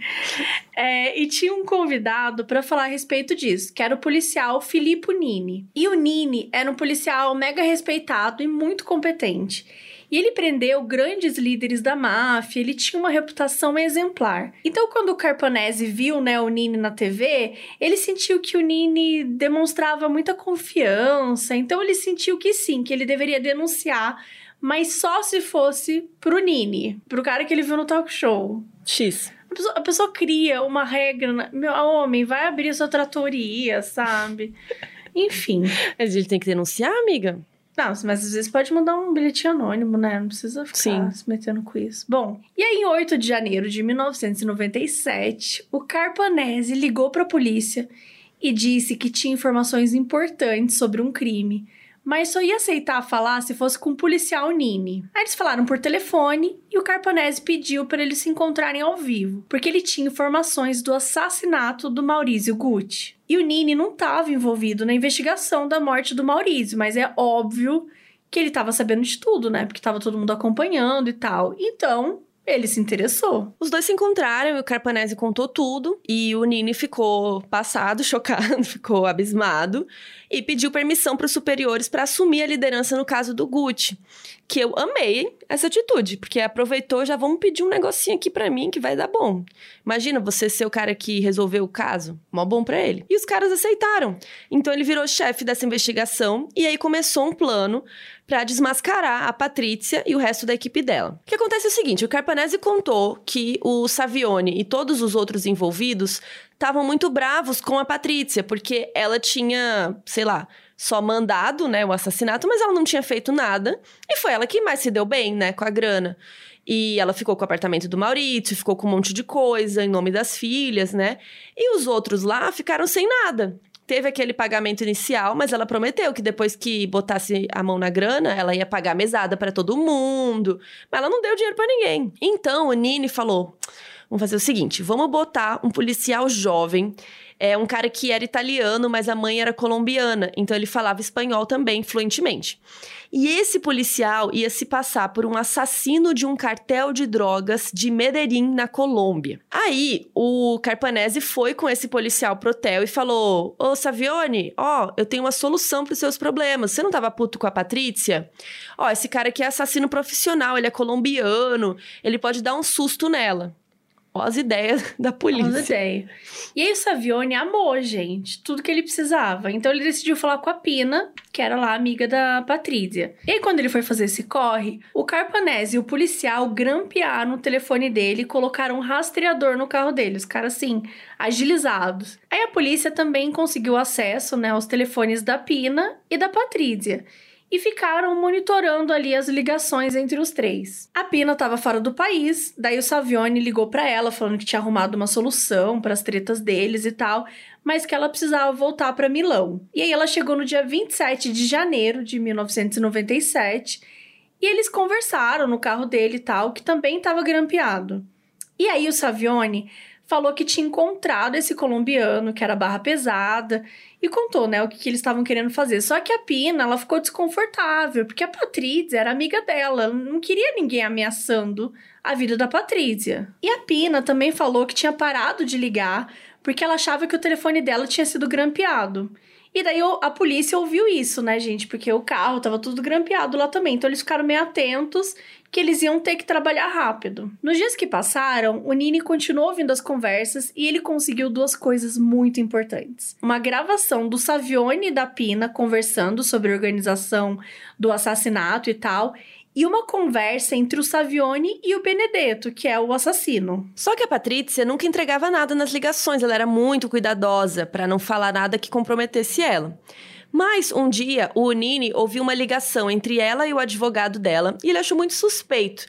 É, e tinha um convidado para falar a respeito disso, que era o policial Filippo Nini. E o Nini era um policial mega respeitado e muito competente. E ele prendeu grandes líderes da máfia, ele tinha uma reputação exemplar. Então, quando o Carpanese viu, né, o Nini na T V, ele sentiu que o Nini demonstrava muita confiança. Então, ele sentiu que sim, que ele deveria denunciar, mas só se fosse pro Nini, pro cara que ele viu no talk show. X. A pessoa, a pessoa cria uma regra, meu homem, vai abrir sua tratoria, sabe? Enfim. Mas ele tem que denunciar, amiga? Não, mas às vezes pode mandar um bilhetinho anônimo, né? Não precisa ficar Sim. se metendo com isso. Bom, e aí em oito de janeiro de mil novecentos e noventa e sete, o Carpanese ligou para a polícia e disse que tinha informações importantes sobre um crime, mas só ia aceitar falar se fosse com o policial Nini. Aí eles falaram por telefone e o Carpanese pediu para eles se encontrarem ao vivo, porque ele tinha informações do assassinato do Maurizio Gucci. E o Nini não estava envolvido na investigação da morte do Maurizio, mas é óbvio que ele estava sabendo de tudo, né? Porque estava todo mundo acompanhando e tal. Então, ele se interessou. Os dois se encontraram e o Carpanese contou tudo. E o Nini ficou passado, chocado, ficou abismado. E pediu permissão para os superiores para assumir a liderança no caso do Gucci. Que eu amei essa atitude, porque aproveitou, já vamos pedir um negocinho aqui para mim que vai dar bom. Imagina você ser o cara que resolveu o caso, mó bom para ele. E os caras aceitaram. Então ele virou chefe dessa investigação e aí começou um plano para desmascarar a Patrícia e o resto da equipe dela. O que acontece é o seguinte, o Carpanese contou que o Savione e todos os outros envolvidos estavam muito bravos com a Patrícia, porque ela tinha, sei lá, só mandado, né, o assassinato, mas ela não tinha feito nada. E foi ela que mais se deu bem, né, com a grana. E ela ficou com o apartamento do Maurício, ficou com um monte de coisa em nome das filhas, né? E os outros lá ficaram sem nada. Teve aquele pagamento inicial, mas ela prometeu que depois que botasse a mão na grana, ela ia pagar mesada pra todo mundo. Mas ela não deu dinheiro pra ninguém. Então, o Nini falou, vamos fazer o seguinte, vamos botar um policial jovem, é um cara que era italiano, mas a mãe era colombiana, então ele falava espanhol também, fluentemente. E esse policial ia se passar por um assassino de um cartel de drogas de Medellín, na Colômbia. Aí, o Carpanese foi com esse policial pro hotel e falou, ô Savione, ó, eu tenho uma solução pros seus problemas. Você não tava puto com a Patrícia? Ó, esse cara aqui é assassino profissional, ele é colombiano, ele pode dar um susto nela. Ó as ideias da polícia. Ó as ideias. E aí o Savione amou, gente, tudo que ele precisava. Então ele decidiu falar com a Pina, que era lá amiga da Patrícia. E aí quando ele foi fazer esse corre, o Carpanese e o policial grampearam o telefone dele e colocaram um rastreador no carro dele. Os caras, assim, agilizados. Aí a polícia também conseguiu acesso, né, aos telefones da Pina e da Patrícia. E ficaram monitorando ali as ligações entre os três. A Pina estava fora do país, daí o Savione ligou para ela falando que tinha arrumado uma solução para as tretas deles e tal, mas que ela precisava voltar para Milão. E aí ela chegou no dia vinte e sete de janeiro de mil novecentos e noventa e sete e eles conversaram no carro dele e tal, que também estava grampeado. E aí o Savione falou que tinha encontrado esse colombiano, que era barra pesada, e contou, né, o que, que eles estavam querendo fazer. Só que a Pina, ela ficou desconfortável, porque a Patrícia era amiga dela, não queria ninguém ameaçando a vida da Patrícia. E a Pina também falou que tinha parado de ligar, porque ela achava que o telefone dela tinha sido grampeado. E daí a polícia ouviu isso, né, gente? Porque o carro tava tudo grampeado lá também. Então eles ficaram meio atentos que eles iam ter que trabalhar rápido. Nos dias que passaram, o Nini continuou ouvindo as conversas e ele conseguiu duas coisas muito importantes. Uma gravação do Savione e da Pina conversando sobre a organização do assassinato e tal, e uma conversa entre o Savione e o Benedetto, que é o assassino. Só que a Patrícia nunca entregava nada nas ligações, ela era muito cuidadosa para não falar nada que comprometesse ela. Mas, um dia, o Nini ouviu uma ligação entre ela e o advogado dela e ele achou muito suspeito,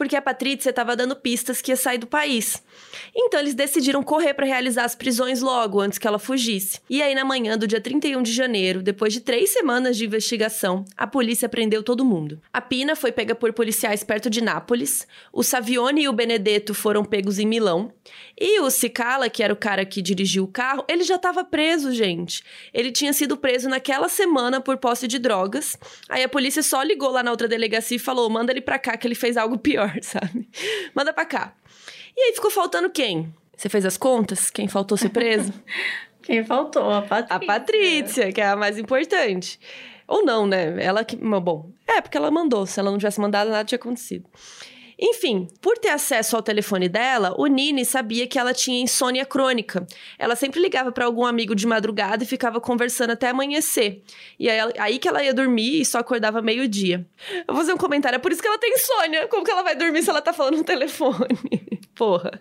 porque a Patrícia estava dando pistas que ia sair do país. Então eles decidiram correr para realizar as prisões logo, antes que ela fugisse. E aí na manhã do dia trinta e um de janeiro, depois de três semanas de investigação, a polícia prendeu todo mundo. A Pina foi pega por policiais perto de Nápoles, o Savione e o Benedetto foram pegos em Milão, e o Cicala, que era o cara que dirigiu o carro, ele já estava preso, gente. Ele tinha sido preso naquela semana por posse de drogas. Aí a polícia só ligou lá na outra delegacia e falou, manda ele pra cá que ele fez algo pior, sabe? Manda pra cá. E aí ficou faltando quem? Você fez as contas? Quem faltou ser preso? Quem faltou? A Patrícia. A Patrícia, que é a mais importante. Ou não, né? Ela que... Bom, é, porque ela mandou. Se ela não tivesse mandado, nada tinha acontecido. Enfim, por ter acesso ao telefone dela, o Nini sabia que ela tinha insônia crônica. Ela sempre ligava para algum amigo de madrugada e ficava conversando até amanhecer. E aí, aí que ela ia dormir e só acordava meio-dia. Eu vou fazer um comentário, é por isso que ela tem insônia. Como que ela vai dormir se ela tá falando no telefone? Porra.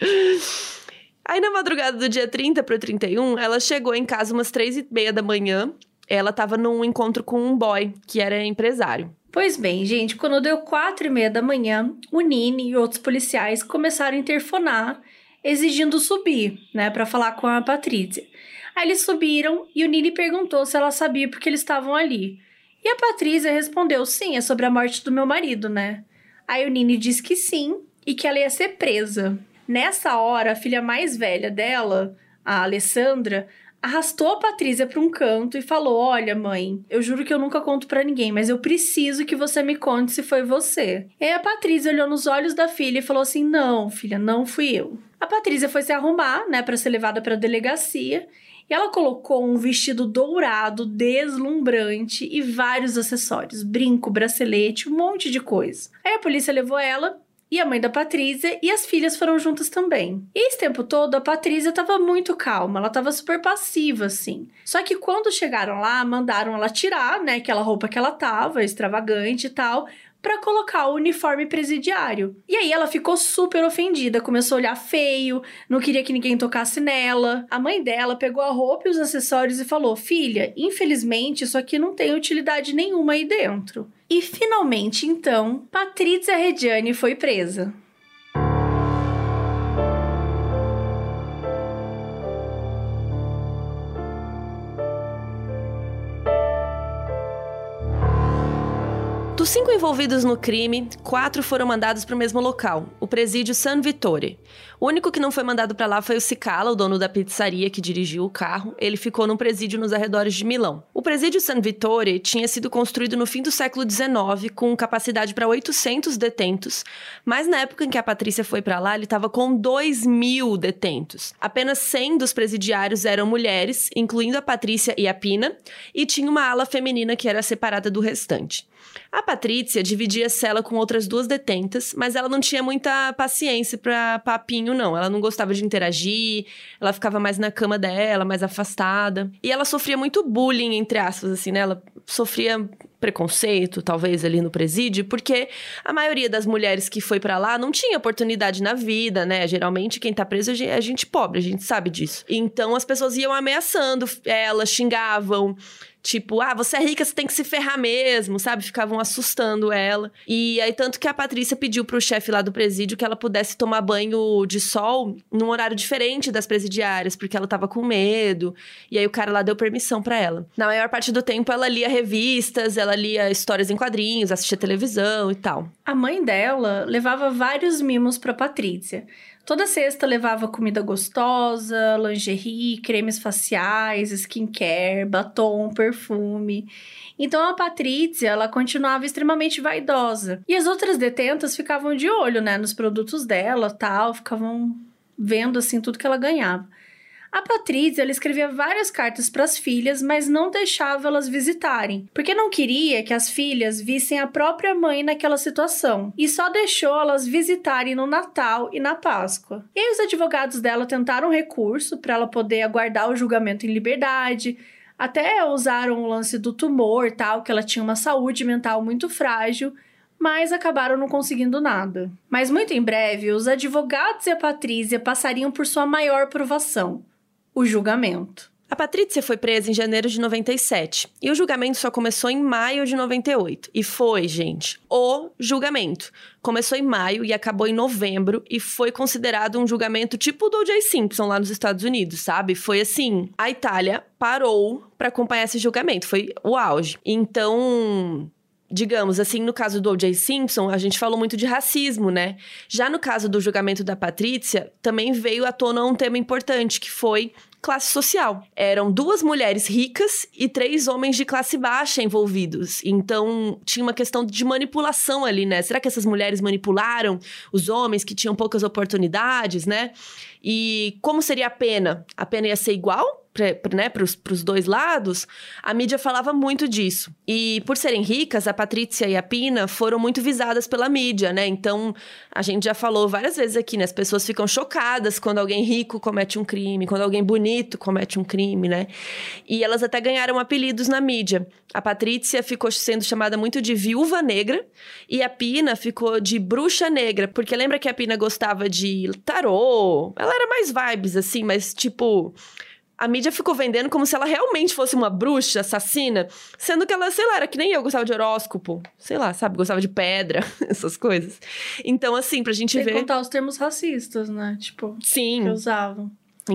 Aí na madrugada do dia trinta pro trinta e um, ela chegou em casa umas três e meia da manhã. Ela tava num encontro com um boy, que era empresário. Pois bem, gente, quando deu quatro e meia da manhã, o Nini e outros policiais começaram a interfonar, exigindo subir, né, para falar com a Patrícia. Aí eles subiram e o Nini perguntou se ela sabia porque eles estavam ali. E a Patrícia respondeu, sim, é sobre a morte do meu marido, né? Aí o Nini disse que sim e que ela ia ser presa. Nessa hora, a filha mais velha dela, a Alessandra, arrastou a Patrícia para um canto e falou, olha mãe, eu juro que eu nunca conto para ninguém, mas eu preciso que você me conte se foi você. E aí a Patrícia olhou nos olhos da filha e falou assim, não filha, não fui eu. A Patrícia foi se arrumar, né, para ser levada para a delegacia e ela colocou um vestido dourado, deslumbrante e vários acessórios, brinco, bracelete, um monte de coisa. Aí a polícia levou ela e a mãe da Patrícia, e as filhas foram juntas também. E esse tempo todo, a Patrícia estava muito calma, ela estava super passiva, assim. Só que quando chegaram lá, mandaram ela tirar, né, aquela roupa que ela tava, extravagante e tal, para colocar o uniforme presidiário. E aí ela ficou super ofendida, começou a olhar feio, não queria que ninguém tocasse nela. A mãe dela pegou a roupa e os acessórios e falou, filha, infelizmente isso aqui não tem utilidade nenhuma aí dentro. E finalmente, então, Patrícia Reggiani foi presa. Dos cinco envolvidos no crime, quatro foram mandados para o mesmo local, o presídio San Vittore. O único que não foi mandado para lá foi o Cicala, o dono da pizzaria que dirigiu o carro. Ele ficou num presídio nos arredores de Milão. O presídio San Vittore tinha sido construído no fim do século dezenove, com capacidade para oitocentos detentos, mas na época em que a Patrícia foi para lá, ele estava com dois mil detentos. Apenas cem dos presidiários eram mulheres, incluindo a Patrícia e a Pina, e tinha uma ala feminina que era separada do restante. A Patrícia dividia a cela com outras duas detentas, mas ela não tinha muita paciência pra papinho, não. Ela não gostava de interagir, ela ficava mais na cama dela, mais afastada. E ela sofria muito bullying, entre aspas, assim, né? Ela sofria preconceito, talvez, ali no presídio, porque a maioria das mulheres que foi pra lá não tinha oportunidade na vida, né? Geralmente, quem tá preso é gente pobre, a gente sabe disso. Então, as pessoas iam ameaçando ela, xingavam... Tipo, ah, você é rica, você tem que se ferrar mesmo, sabe? Ficavam assustando ela. E aí, tanto que a Patrícia pediu pro chefe lá do presídio que ela pudesse tomar banho de sol num horário diferente das presidiárias, porque ela tava com medo. E aí, o cara lá deu permissão pra ela. Na maior parte do tempo, ela lia revistas, ela lia histórias em quadrinhos, assistia televisão e tal. A mãe dela levava vários mimos pra Patrícia. Toda sexta levava comida gostosa, lingerie, cremes faciais, skincare, batom, perfume. Então a Patrícia, ela continuava extremamente vaidosa. E as outras detentas ficavam de olho, né, nos produtos dela, tal, ficavam vendo assim tudo que ela ganhava. A Patrícia, ela escrevia várias cartas para as filhas, mas não deixava elas visitarem, porque não queria que as filhas vissem a própria mãe naquela situação, e só deixou elas visitarem no Natal e na Páscoa. E aí os advogados dela tentaram recurso para ela poder aguardar o julgamento em liberdade, até usaram o lance do tumor, tal, que ela tinha uma saúde mental muito frágil, mas acabaram não conseguindo nada. Mas muito em breve, os advogados e a Patrícia passariam por sua maior provação: o julgamento. A Patrícia foi presa em janeiro de noventa e sete. E o julgamento só começou em maio de noventa e oito. E foi, gente, o julgamento. Começou em maio e acabou em novembro. E foi considerado um julgamento tipo o do O J Simpson lá nos Estados Unidos, sabe? Foi assim, a Itália parou pra acompanhar esse julgamento. Foi o auge. Então... digamos assim, no caso do O J Simpson, a gente falou muito de racismo, né? Já no caso do julgamento da Patrícia, também veio à tona um tema importante, que foi classe social. Eram duas mulheres ricas e três homens de classe baixa envolvidos. Então, tinha uma questão de manipulação ali, né? Será que essas mulheres manipularam os homens que tinham poucas oportunidades, né? E como seria a pena? A pena ia ser igual? Pra, né, pros, pros dois lados, a mídia falava muito disso. E por serem ricas, a Patrícia e a Pina foram muito visadas pela mídia, né? Então, a gente já falou várias vezes aqui, né? As pessoas ficam chocadas quando alguém rico comete um crime, quando alguém bonito comete um crime, né? E elas até ganharam apelidos na mídia. A Patrícia ficou sendo chamada muito de viúva negra e a Pina ficou de bruxa negra, porque lembra que a Pina gostava de tarô? Ela era mais vibes, assim, mas tipo... a mídia ficou vendendo como se ela realmente fosse uma bruxa assassina, sendo que ela, sei lá, era que nem eu, gostava de horóscopo, sei lá, sabe, gostava de pedra, essas coisas. Então, assim, pra gente Sem ver... contar os termos racistas, né? Tipo, sim, que usavam.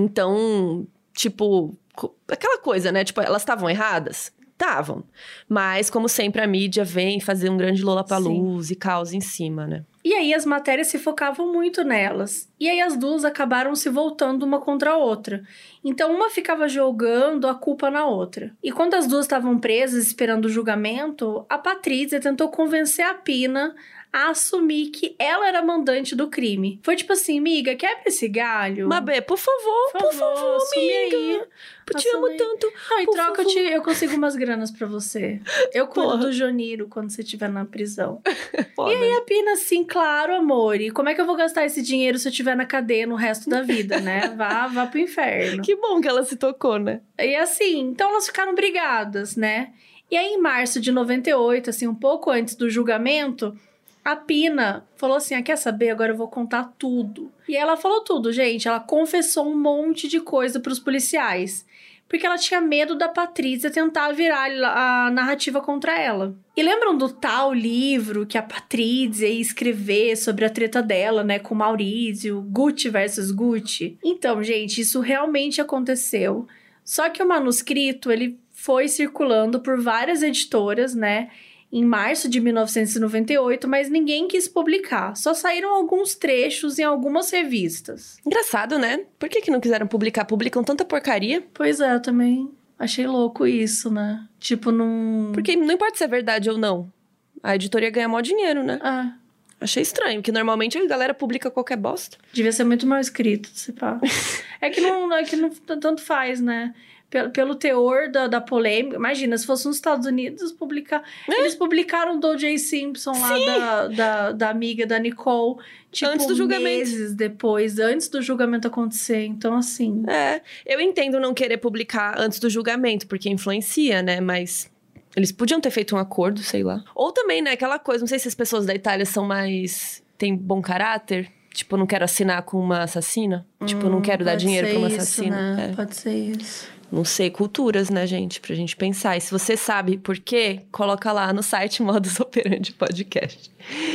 Então, tipo, aquela coisa, né? Tipo, elas estavam erradas? Estavam. Mas, como sempre, a mídia vem fazer um grande lollapalooza e causa em cima, né? E aí as matérias se focavam muito nelas. E aí as duas acabaram se voltando uma contra a outra. Então uma ficava jogando a culpa na outra. E quando as duas estavam presas esperando o julgamento, a Patrícia tentou convencer a Pina a assumir que ela era a mandante do crime. Foi tipo assim, miga, quebra esse galho. Mabê, por favor, por, por favor, favor amiga. Aí. Eu te amo tanto. Não, em troca eu, te, eu consigo umas granas pra você. Eu cuido Porra. do Joniro quando você estiver na prisão. E aí a Pina assim, claro, amor. E como é que eu vou gastar esse dinheiro se eu estiver na cadeia no resto da vida, né? Vá, vá pro inferno. Que bom que ela se tocou, né? E assim, então elas ficaram brigadas, né? E aí em março de noventa e oito, assim, um pouco antes do julgamento... a Pina falou assim, ah, quer saber? Agora eu vou contar tudo. E ela falou tudo, gente. Ela confessou um monte de coisa pros policiais. Porque ela tinha medo da Patrícia tentar virar a narrativa contra ela. E lembram do tal livro que a Patrícia ia escrever sobre a treta dela, né? Com o Maurício, Gucci versus Gucci? Então, gente, isso realmente aconteceu. Só que o manuscrito, ele foi circulando por várias editoras, né? Em março de mil novecentos e noventa e oito, mas ninguém quis publicar. Só saíram alguns trechos em algumas revistas. Engraçado, né? Por que que não quiseram publicar? Publicam tanta porcaria. Pois é, eu também achei louco isso, né? Tipo, não... Porque não importa se é verdade ou não. A editoria ganha maior dinheiro, né? Ah. Achei estranho, porque normalmente a galera publica qualquer bosta. Devia ser muito mal escrito, se pá. É que não, é que não tanto faz, né? Pelo, pelo teor da, da polêmica. Imagina, se fosse nos Estados Unidos, publicar... É? Eles publicaram do O J Simpson lá da, da, da amiga da Nicole. Tipo, antes do julgamento. Meses depois, antes do julgamento acontecer. Então, assim... É, eu entendo não querer publicar antes do julgamento, porque influencia, né? Mas... eles podiam ter feito um acordo, sei lá. Ou também, né, aquela coisa... não sei se as pessoas da Itália são mais... têm bom caráter... tipo, não quero assinar com uma assassina. Hum, tipo, não quero dar dinheiro pra uma isso, assassina. Né? É. Pode ser isso. Não sei, culturas, né, gente? Pra gente pensar. E se você sabe por quê, coloca lá no site Modus Operandi Podcast.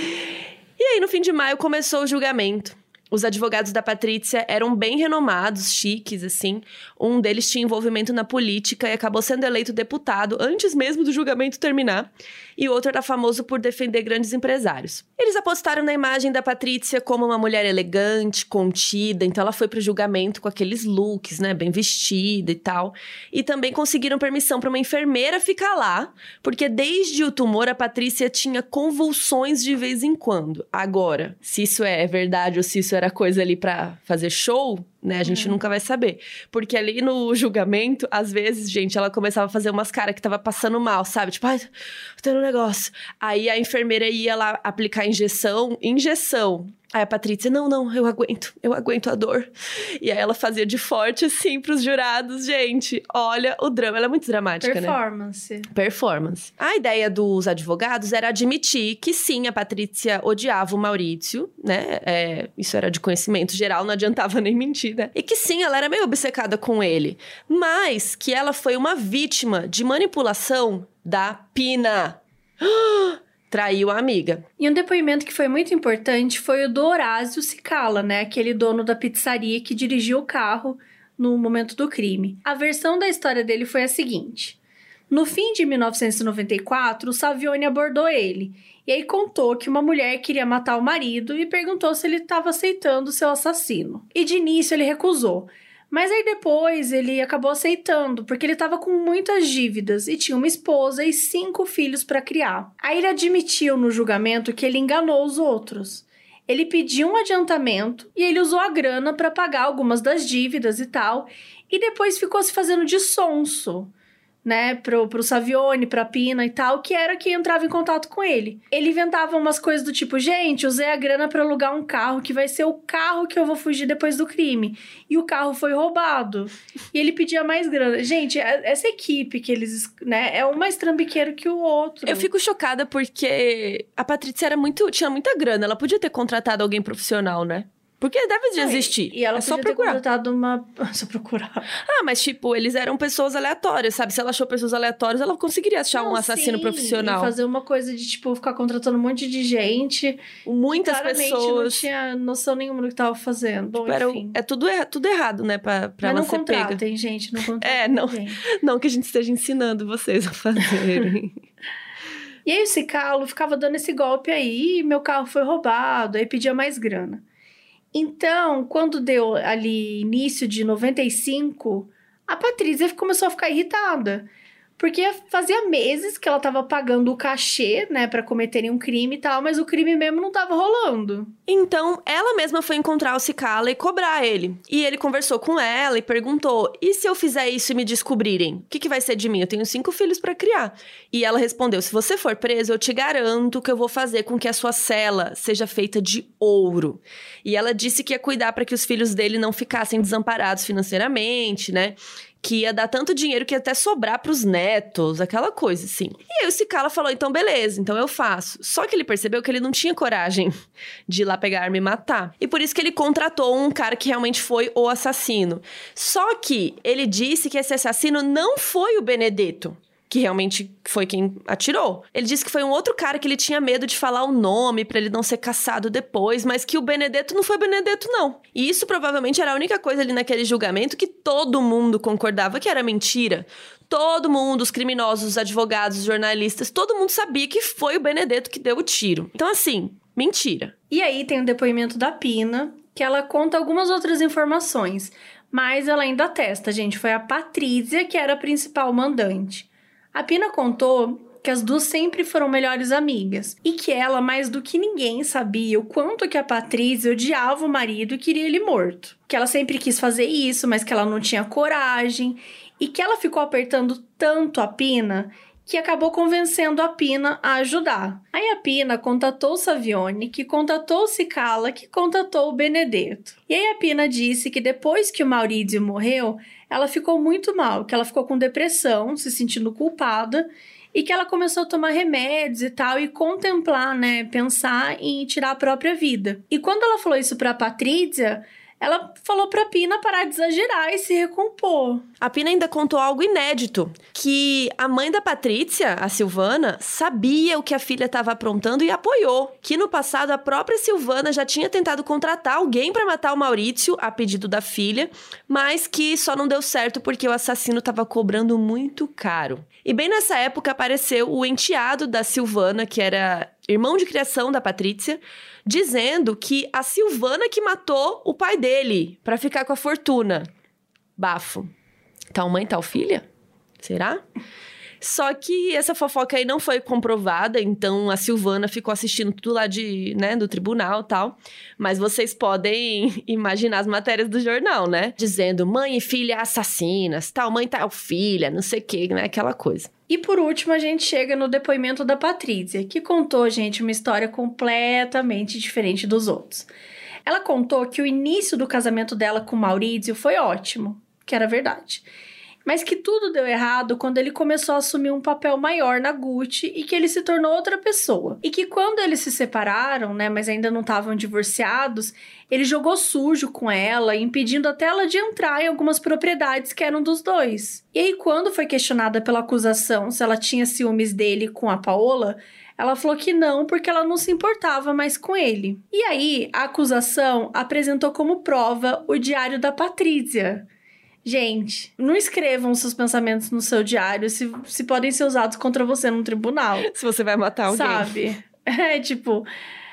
E aí, no fim de maio, começou o julgamento. Os advogados da Patrícia eram bem renomados, chiques, assim. Um deles tinha envolvimento na política e acabou sendo eleito deputado antes mesmo do julgamento terminar. E o outro era famoso por defender grandes empresários. Eles apostaram na imagem da Patrícia como uma mulher elegante, contida. Então ela foi pro julgamento com aqueles looks, né? Bem vestida e tal. E também conseguiram permissão para uma enfermeira ficar lá. Porque desde o tumor, a Patrícia tinha convulsões de vez em quando. Agora, se isso é verdade ou se isso era coisa ali pra fazer show... né? A gente é. nunca vai saber. Porque ali no julgamento, às vezes, gente, ela começava a fazer umas caras que tava passando mal, sabe? Tipo, ai, tô tendo um negócio. Aí a enfermeira ia lá aplicar injeção, injeção. Aí a Patrícia, não, não, eu aguento, eu aguento a dor. E aí ela fazia de forte, assim, pros jurados. Gente, olha o drama, ela é muito dramática, Performance. né? Performance. A ideia dos advogados era admitir que sim, a Patrícia odiava o Maurício, né? É, isso era de conhecimento geral, não adiantava nem mentir verdade, né? E que sim, ela era meio obcecada com ele. Mas que ela foi uma vítima de manipulação da Pina. Traiu a amiga. E um depoimento que foi muito importante foi o do Horácio Cicala, né? Aquele dono da pizzaria que dirigiu o carro no momento do crime. A versão da história dele foi a seguinte. No fim de mil novecentos e noventa e quatro, o Savione abordou ele. E aí contou que uma mulher queria matar o marido e perguntou se ele estava aceitando seu assassino. E de início ele recusou. Mas aí depois ele acabou aceitando, porque ele estava com muitas dívidas e tinha uma esposa e cinco filhos para criar. Aí ele admitiu no julgamento que ele enganou os outros. Ele pediu um adiantamento e ele usou a grana para pagar algumas das dívidas e tal, e depois ficou se fazendo de sonso, né, pro, pro Savione, pra Pina e tal, que era quem entrava em contato com ele. Ele inventava umas coisas do tipo, gente, usei a grana pra alugar um carro, que vai ser o carro que eu vou fugir depois do crime. E o carro foi roubado. E ele pedia mais grana. Gente, essa equipe que eles, né, é um mais trambiqueiro que o outro. Eu fico chocada porque a Patrícia era muito, tinha muita grana, ela podia ter contratado alguém profissional, né? Porque deve de existir. E ela é podia só procurar. ter contratado uma... Só procurar. Ah, mas tipo, eles eram pessoas aleatórias, sabe? Se ela achou pessoas aleatórias, ela conseguiria achar Não, um assassino sim, profissional. E fazer uma coisa de, tipo, ficar contratando um monte de gente. Muitas Claramente pessoas. não tinha noção nenhuma do que tava fazendo. Bom, Tipo, era, enfim. é tudo, er- tudo errado, né? Pra, pra Mas ela não ser pega. contratem, gente. Não contratem É, não, ninguém. não que a gente esteja ensinando vocês a fazerem. E aí, esse Calo ficava dando esse golpe aí, meu carro foi roubado, aí pedia mais grana. Então, quando deu ali início de noventa e cinco, a Patrícia começou a ficar irritada. Porque fazia meses que ela tava pagando o cachê, né, pra cometerem um crime e tal, mas o crime mesmo não tava rolando. Então, ela mesma foi encontrar o Cicala e cobrar ele. E ele conversou com ela e perguntou, e se eu fizer isso e me descobrirem? O que, que vai ser de mim? Eu tenho cinco filhos pra criar. E ela respondeu, se você for preso, eu te garanto que eu vou fazer com que a sua cela seja feita de ouro. E ela disse que ia cuidar pra que os filhos dele não ficassem desamparados financeiramente, né? Que ia dar tanto dinheiro que ia até sobrar pros netos, aquela coisa, assim. E aí o Cicala falou, então beleza, então eu faço. Só que ele percebeu que ele não tinha coragem de ir lá pegar a arma e matar. E por isso que ele contratou um cara que realmente foi o assassino. Só que ele disse que esse assassino não foi o Benedetto, que realmente foi quem atirou. Ele disse que foi um outro cara que ele tinha medo de falar o nome pra ele não ser caçado depois, mas que o Benedetto não foi Benedetto, não. E isso provavelmente era a única coisa ali naquele julgamento que todo mundo concordava que era mentira. Todo mundo, os criminosos, os advogados, os jornalistas, todo mundo sabia que foi o Benedetto que deu o tiro. Então, assim, mentira. E aí tem o depoimento da Pina, que ela conta algumas outras informações, mas ela ainda atesta, gente, foi a Patrícia que era a principal mandante. A Pina contou que as duas sempre foram melhores amigas e que ela, mais do que ninguém, sabia o quanto que a Patrícia odiava o marido e queria ele morto. Que ela sempre quis fazer isso, mas que ela não tinha coragem e que ela ficou apertando tanto a Pina que acabou convencendo a Pina a ajudar. Aí a Pina contatou o Savione, que contatou o Cicala, que contatou o Benedetto. E aí a Pina disse que depois que o Maurício morreu, ela ficou muito mal, que ela ficou com depressão, se sentindo culpada, e que ela começou a tomar remédios e tal, e contemplar, né, pensar em tirar a própria vida. E quando ela falou isso pra Patrícia, ela falou pra Pina parar de exagerar e se recompor. A Pina ainda contou algo inédito, que a mãe da Patrícia, a Silvana, sabia o que a filha estava aprontando e apoiou. Que no passado a própria Silvana já tinha tentado contratar alguém para matar o Maurício, a pedido da filha, mas que só não deu certo porque o assassino estava cobrando muito caro. E bem nessa época apareceu o enteado da Silvana, que era irmão de criação da Patrícia, dizendo que a Silvana que matou o pai dele pra ficar com a fortuna. Bafo. Tal mãe, tal filha? Será? Só que essa fofoca aí não foi comprovada, então a Silvana ficou assistindo tudo lá de, né, do tribunal e tal. Mas vocês podem imaginar as matérias do jornal, né? Dizendo mãe e filha assassinas, tal mãe, tal filha, não sei o que, né? Aquela coisa. E por último, a gente chega no depoimento da Patrícia, que contou, gente, uma história completamente diferente dos outros. Ela contou que o início do casamento dela com o Maurício foi ótimo, que era verdade. mas que tudo deu errado quando ele começou a assumir um papel maior na Gucci e que ele se tornou outra pessoa. E que quando eles se separaram, né, mas ainda não estavam divorciados, ele jogou sujo com ela, impedindo até ela de entrar em algumas propriedades que eram dos dois. E aí, quando foi questionada pela acusação se ela tinha ciúmes dele com a Paola, ela falou que não, porque ela não se importava mais com ele. E aí, a acusação apresentou como prova o diário da Patrícia. Gente, não escrevam seus pensamentos no seu diário se, se podem ser usados contra você num tribunal. Se você vai matar alguém. Sabe? É, tipo...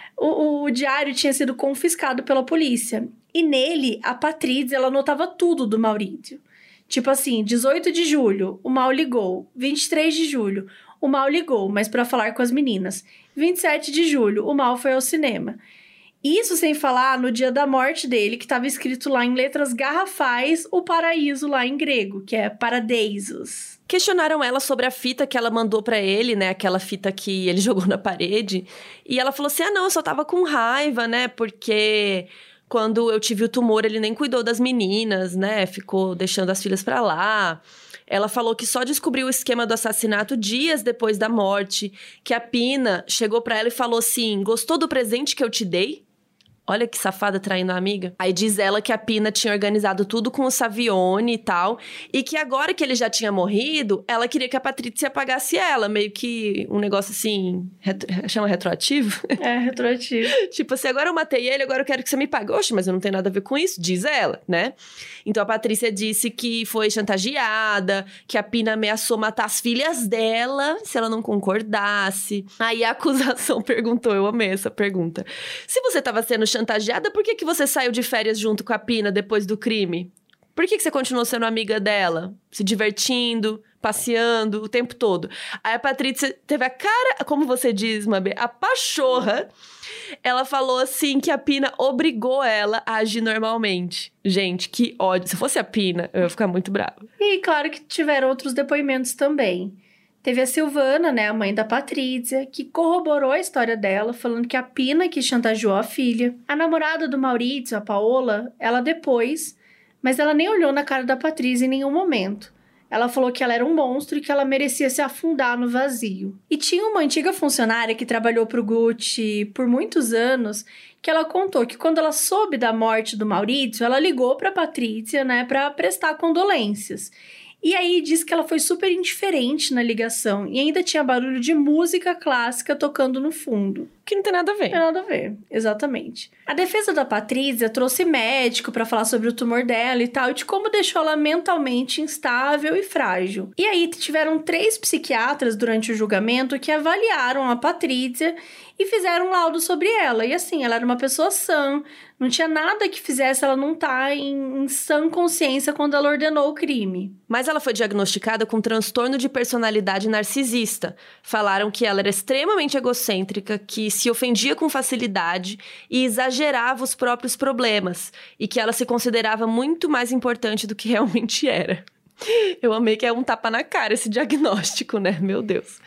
O, o diário tinha sido confiscado pela polícia. E nele, a Patrícia, ela anotava tudo do Maurício. Tipo assim, dezoito de julho, o Mal ligou. vinte e três de julho, o Mal ligou, mas pra falar com as meninas. vinte e sete de julho, o Mal foi ao cinema. Isso sem falar no dia da morte dele, que estava escrito lá em letras garrafais, o paraíso lá em grego, que é paradeisos. Questionaram ela sobre a fita que ela mandou pra ele, né? Aquela fita que ele jogou na parede. E ela falou assim, ah, não, eu só tava com raiva, né? Porque quando eu tive o tumor, ele nem cuidou das meninas, né? Ficou deixando as filhas pra lá. Ela falou que só descobriu o esquema do assassinato dias depois da morte. Que a Pina chegou pra ela e falou assim, gostou do presente que eu te dei? Olha que safada traindo a amiga. Aí diz ela que a Pina tinha organizado tudo com o Savione e tal. E que agora que ele já tinha morrido, ela queria que a Patrícia pagasse ela. Meio que um negócio assim... Retro... Chama retroativo? É, retroativo. Tipo assim, agora eu matei ele, agora eu quero que você me pague. Oxe, mas eu não tenho nada a ver com isso, diz ela, né? Então a Patrícia disse que foi chantageada, que a Pina ameaçou matar as filhas dela se ela não concordasse. Aí a acusação perguntou, eu amei essa pergunta. Se você tava sendo chantageada, por que, que você saiu de férias junto com a Pina depois do crime? Por que, que você continuou sendo amiga dela? Se divertindo, passeando o tempo todo. Aí a Patrícia teve a cara, como você diz, Mabê, a pachorra. Ela falou assim que a Pina obrigou ela a agir normalmente. Gente, que ódio. Se fosse a Pina, eu ia ficar muito brava. E claro que tiveram outros depoimentos também. Teve a Silvana, né, a mãe da Patrícia, que corroborou a história dela, falando que a Pina que chantageou a filha. A namorada do Maurício, a Paola, ela depois, mas ela nem olhou na cara da Patrícia em nenhum momento. Ela falou que ela era um monstro e que ela merecia se afundar no vazio. E tinha uma antiga funcionária que trabalhou pro Gucci por muitos anos, que ela contou que quando ela soube da morte do Maurício, ela ligou pra Patrícia, né, pra prestar condolências. E aí diz que ela foi super indiferente na ligação e ainda tinha barulho de música clássica tocando no fundo. Que não tem nada a ver. Não tem nada a ver, exatamente. A defesa da Patrícia trouxe médico pra falar sobre o tumor dela e tal, e de como deixou ela mentalmente instável e frágil. E aí tiveram três psiquiatras durante o julgamento que avaliaram a Patrícia e fizeram um laudo sobre ela. E assim, ela era uma pessoa sã, não tinha nada que fizesse ela não estar em, em sã consciência quando ela ordenou o crime. Mas ela foi diagnosticada com transtorno de personalidade narcisista. Falaram que ela era extremamente egocêntrica, que se ofendia com facilidade e exagerava os próprios problemas. E que ela se considerava muito mais importante do que realmente era. Eu amei que é um tapa na cara esse diagnóstico, né? Meu Deus.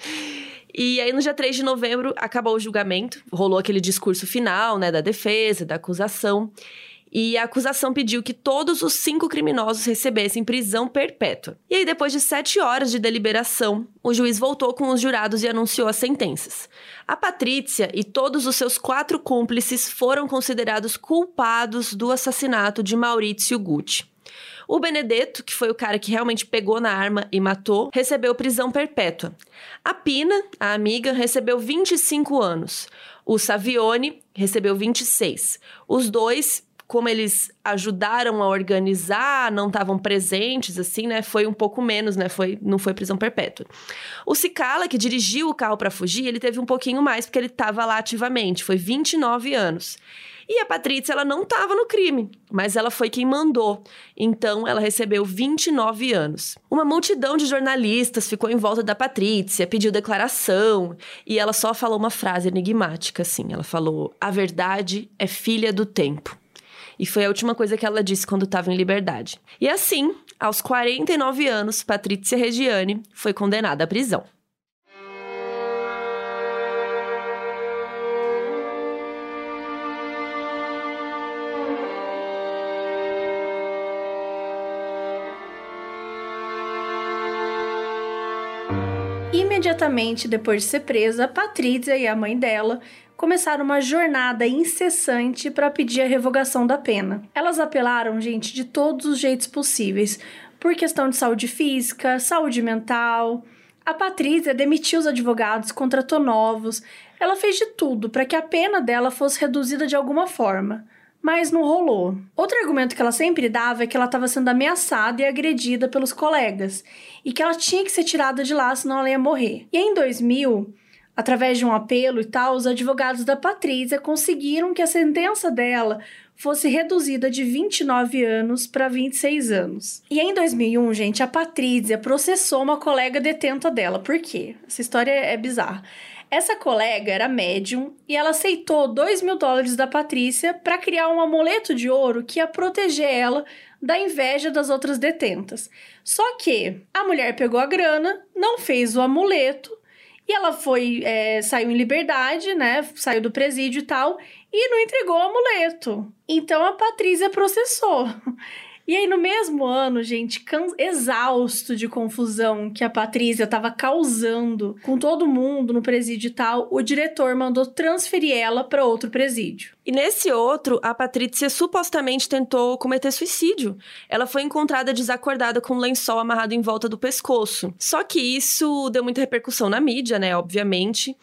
E aí, no dia três de novembro, acabou o julgamento. Rolou aquele discurso final, né, da defesa, da acusação. E a acusação pediu que todos os cinco criminosos recebessem prisão perpétua. E aí, depois de sete horas de deliberação, o juiz voltou com os jurados e anunciou as sentenças. A Patrícia e todos os seus quatro cúmplices foram considerados culpados do assassinato de Maurício Gucci. O Benedetto, que foi o cara que realmente pegou na arma e matou, recebeu prisão perpétua. A Pina, a amiga, recebeu vinte e cinco anos. O Savione recebeu vinte e seis. Os dois, como eles ajudaram a organizar, não estavam presentes, assim, né? Foi um pouco menos, né? Foi, não foi prisão perpétua. O Cicala, que dirigiu o carro para fugir, ele teve um pouquinho mais, porque ele estava lá ativamente. Foi vinte e nove anos. E a Patrícia, ela não estava no crime, mas ela foi quem mandou. Então, ela recebeu vinte e nove anos. Uma multidão de jornalistas ficou em volta da Patrícia, pediu declaração, e ela só falou uma frase enigmática, assim. Ela falou, a verdade é filha do tempo. E foi a última coisa que ela disse quando estava em liberdade. E assim, aos quarenta e nove anos, Patrícia Reggiani foi condenada à prisão. Imediatamente depois de ser presa, Patrícia e a mãe dela começaram uma jornada incessante para pedir a revogação da pena. Elas apelaram, gente, de todos os jeitos possíveis, por questão de saúde física, saúde mental. A Patrícia demitiu os advogados, contratou novos. Ela fez de tudo para que a pena dela fosse reduzida de alguma forma. Mas não rolou. Outro argumento que ela sempre dava é que ela estava sendo ameaçada e agredida pelos colegas. E que ela tinha que ser tirada de lá, senão ela ia morrer. E em dois mil... através de um apelo e tal, os advogados da Patrícia conseguiram que a sentença dela fosse reduzida de vinte e nove anos para vinte e seis anos. E em dois mil e um, gente, a Patrícia processou uma colega detenta dela. Por quê? Essa história é bizarra. Essa colega era médium e ela aceitou dois mil dólares da Patrícia para criar um amuleto de ouro que ia proteger ela da inveja das outras detentas. Só que a mulher pegou a grana, não fez o amuleto, e ela foi, é, saiu em liberdade, né? Saiu do presídio e tal, e não entregou o amuleto. Então a Patrícia processou. E aí, no mesmo ano, gente, can... exausto de confusão que a Patrícia estava causando com todo mundo no presídio e tal, o diretor mandou transferir ela para outro presídio. E nesse outro, a Patrícia supostamente tentou cometer suicídio. Ela foi encontrada desacordada com um lençol amarrado em volta do pescoço. Só que isso deu muita repercussão na mídia, né? Obviamente.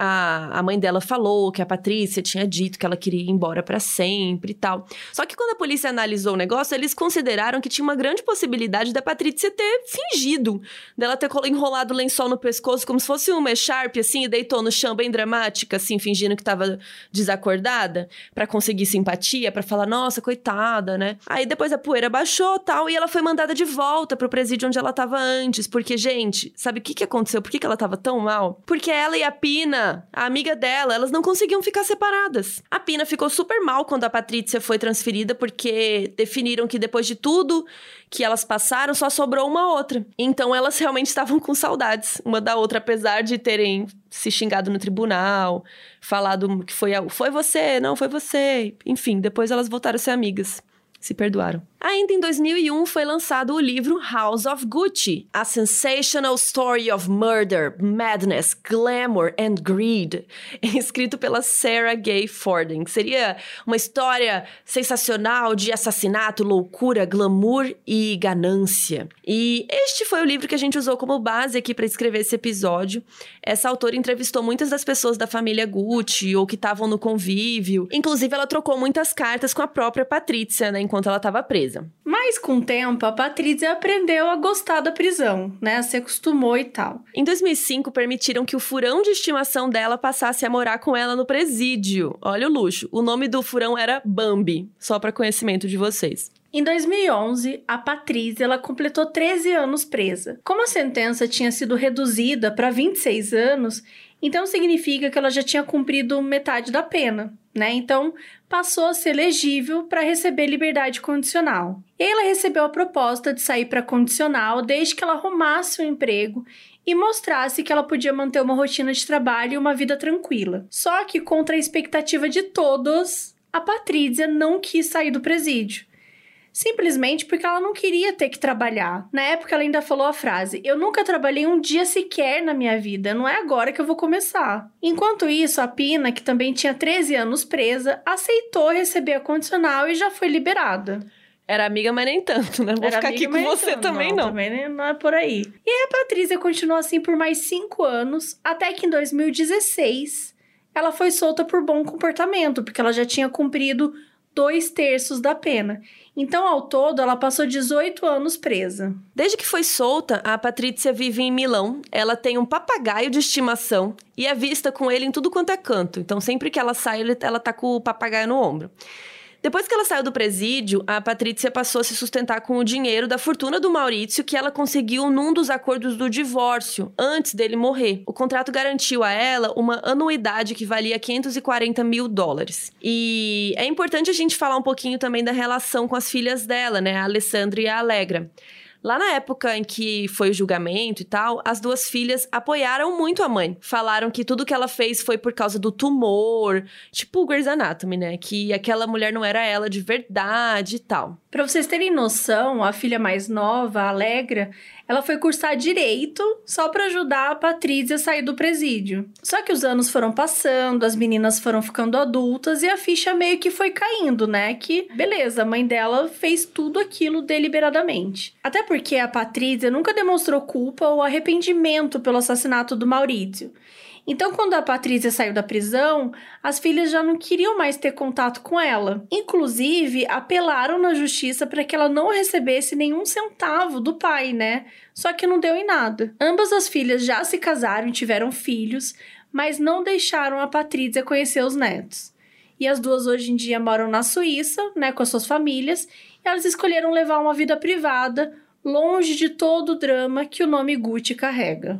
A, a mãe dela falou que a Patrícia tinha dito que ela queria ir embora pra sempre e tal. Só que quando a polícia analisou o negócio, eles consideraram que tinha uma grande possibilidade da Patrícia ter fingido. Dela ter enrolado o lençol no pescoço como se fosse uma echarpe, assim, e deitou no chão bem dramática, assim, fingindo que tava desacordada, pra conseguir simpatia, pra falar, nossa, coitada, né? Aí depois a poeira baixou e tal, e ela foi mandada de volta pro presídio onde ela tava antes. Porque, gente, sabe o que que aconteceu? Por que que ela tava tão mal? Porque ela e a Pina, a amiga dela, elas não conseguiam ficar separadas. A Pina ficou super mal quando a Patrícia foi transferida, porque definiram que depois de tudo que elas passaram, só sobrou uma outra. Então elas realmente estavam com saudades uma da outra, apesar de terem se xingado no tribunal, falado que foi, a, foi você, não foi você. Enfim, depois elas voltaram a ser amigas. Se perdoaram. Ainda em dois mil e um foi lançado o livro House of Gucci, A Sensational Story of Murder, Madness, Glamour and Greed, escrito pela Sarah Gay Forden, que seria uma história sensacional de assassinato, loucura, glamour e ganância. E este foi o livro que a gente usou como base aqui para escrever esse episódio. Essa autora entrevistou muitas das pessoas da família Gucci ou que estavam no convívio. Inclusive, ela trocou muitas cartas com a própria Patrícia, né, enquanto ela estava presa. Mas com o tempo, a Patrícia aprendeu a gostar da prisão, né? Se acostumou e tal. Em dois mil e cinco, permitiram que o furão de estimação dela passasse a morar com ela no presídio. Olha o luxo. O nome do furão era Bambi, só para conhecimento de vocês. Em dois mil e onze, a Patrícia ela completou treze anos presa. Como a sentença tinha sido reduzida para vinte e seis anos, então significa que ela já tinha cumprido metade da pena, né? Então, passou a ser elegível para receber liberdade condicional. E aí ela recebeu a proposta de sair para condicional desde que ela arrumasse um emprego e mostrasse que ela podia manter uma rotina de trabalho e uma vida tranquila. Só que, contra a expectativa de todos, a Patrícia não quis sair do presídio. Simplesmente porque ela não queria ter que trabalhar. Na época, ela ainda falou a frase: eu nunca trabalhei um dia sequer na minha vida, não é agora que eu vou começar. Enquanto isso, a Pina, que também tinha treze anos presa, aceitou receber a condicional e já foi liberada. Era amiga, mas nem tanto, né? Vou Era ficar amiga, aqui com você não, também, não. não. Também não é por aí. E aí a Patrícia continuou assim por mais cinco anos, até que em dois mil e dezesseis, ela foi solta por bom comportamento, porque ela já tinha cumprido dois terços da pena. Então, ao todo, ela passou dezoito anos presa. Desde que foi solta, a Patrícia vive em Milão. Ela tem um papagaio de estimação e é vista com ele em tudo quanto é canto. Então, sempre que ela sai, ela tá com o papagaio no ombro. Depois que ela saiu do presídio, a Patrícia passou a se sustentar com o dinheiro da fortuna do Maurício que ela conseguiu num dos acordos do divórcio, antes dele morrer. O contrato garantiu a ela uma anuidade que valia quinhentos e quarenta mil dólares. E é importante a gente falar um pouquinho também da relação com as filhas dela, né? A Alessandra e a Allegra. Lá na época em que foi o julgamento e tal, as duas filhas apoiaram muito a mãe. Falaram que tudo que ela fez foi por causa do tumor, tipo o Grey's Anatomy, né? Que aquela mulher não era ela de verdade e tal. Pra vocês terem noção, a filha mais nova, a Alegra, ela foi cursar Direito só pra ajudar a Patrícia a sair do presídio. Só que os anos foram passando, as meninas foram ficando adultas e a ficha meio que foi caindo, né? Que, beleza, a mãe dela fez tudo aquilo deliberadamente. Até porque a Patrícia nunca demonstrou culpa ou arrependimento pelo assassinato do Maurício. Então, quando a Patrícia saiu da prisão, as filhas já não queriam mais ter contato com ela. Inclusive, apelaram na justiça para que ela não recebesse nenhum centavo do pai, né? Só que não deu em nada. Ambas as filhas já se casaram e tiveram filhos, mas não deixaram a Patrícia conhecer os netos. E as duas hoje em dia moram na Suíça, né, com as suas famílias, e elas escolheram levar uma vida privada, longe de todo o drama que o nome Gucci carrega.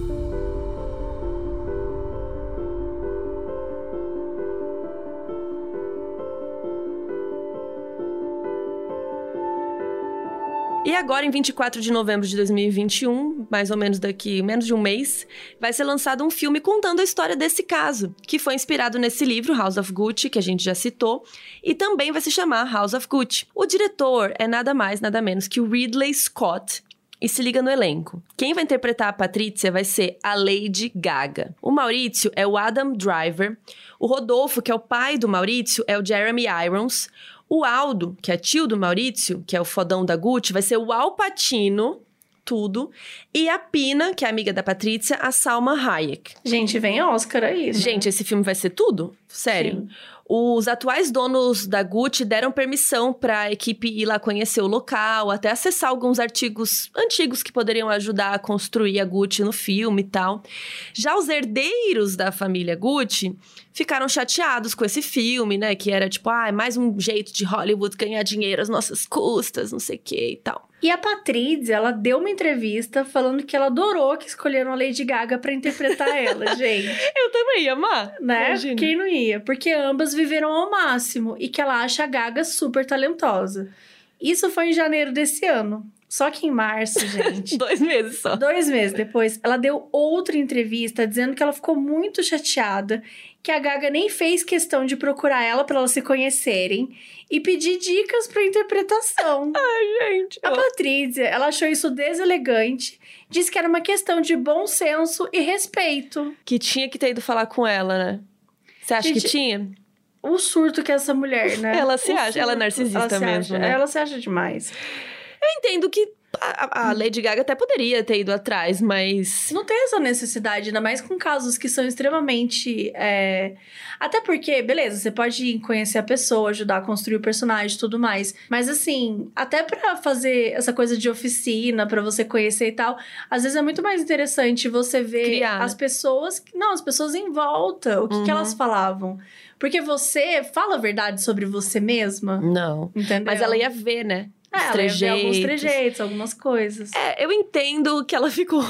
E agora, em vinte e quatro de novembro de dois mil e vinte e um, mais ou menos daqui menos de um mês, vai ser lançado um filme contando a história desse caso, que foi inspirado nesse livro, House of Gucci, que a gente já citou, e também vai se chamar House of Gucci. O diretor é nada mais, nada menos que o Ridley Scott. E se liga no elenco. Quem vai interpretar a Patrícia vai ser a Lady Gaga. O Maurício é o Adam Driver. O Rodolfo, que é o pai do Maurício, é o Jeremy Irons. O Aldo, que é tio do Maurício, que é o fodão da Gucci, vai ser o Al Pacino, tudo. E a Pina, que é amiga da Patrícia, a Salma Hayek. Gente, vem Oscar aí, né? Gente, esse filme vai ser tudo? Sério. Sim. Os atuais donos da Gucci deram permissão para a equipe ir lá conhecer o local, até acessar alguns artigos antigos que poderiam ajudar a construir a Gucci no filme e tal. Já os herdeiros da família Gucci ficaram chateados com esse filme, né? Que era tipo, ah, é mais um jeito de Hollywood ganhar dinheiro às nossas custas, não sei o que e tal. E a Patrícia, ela deu uma entrevista falando que ela adorou que escolheram a Lady Gaga pra interpretar ela, gente. Eu também ia amar. Né? Imagina. Quem não ia? Porque ambas viveram ao máximo e que ela acha a Gaga super talentosa. Isso foi em janeiro desse ano. Só que em março, gente... Dois meses só. Dois meses depois, ela deu outra entrevista dizendo que ela ficou muito chateada, que a Gaga nem fez questão de procurar ela pra elas se conhecerem e pedir dicas pra interpretação. Ai, gente. A eu... Patrícia, ela achou isso deselegante, disse que era uma questão de bom senso e respeito. Que tinha que ter ido falar com ela, né? Você acha Gente, que tinha? O surto que é essa mulher, né? Ela se O acha, surto, ela é narcisista ela se mesmo, acha, né? Ela se acha demais. Eu entendo que a, a Lady Gaga até poderia ter ido atrás, mas... Não tem essa necessidade, ainda mais com casos que são extremamente... É... Até porque, beleza, você pode conhecer a pessoa, ajudar a construir o personagem e tudo mais. Mas assim, até pra fazer essa coisa de oficina, pra você conhecer e tal, às vezes é muito mais interessante você ver Criar. as pessoas... Não, as pessoas em volta, o que, Uhum. que elas falavam. Porque você fala a verdade sobre você mesma, Não. entendeu? Mas ela ia ver, né? É, Os ela ia ver trejeitos. alguns trejeitos, algumas coisas. É, eu entendo que ela ficou...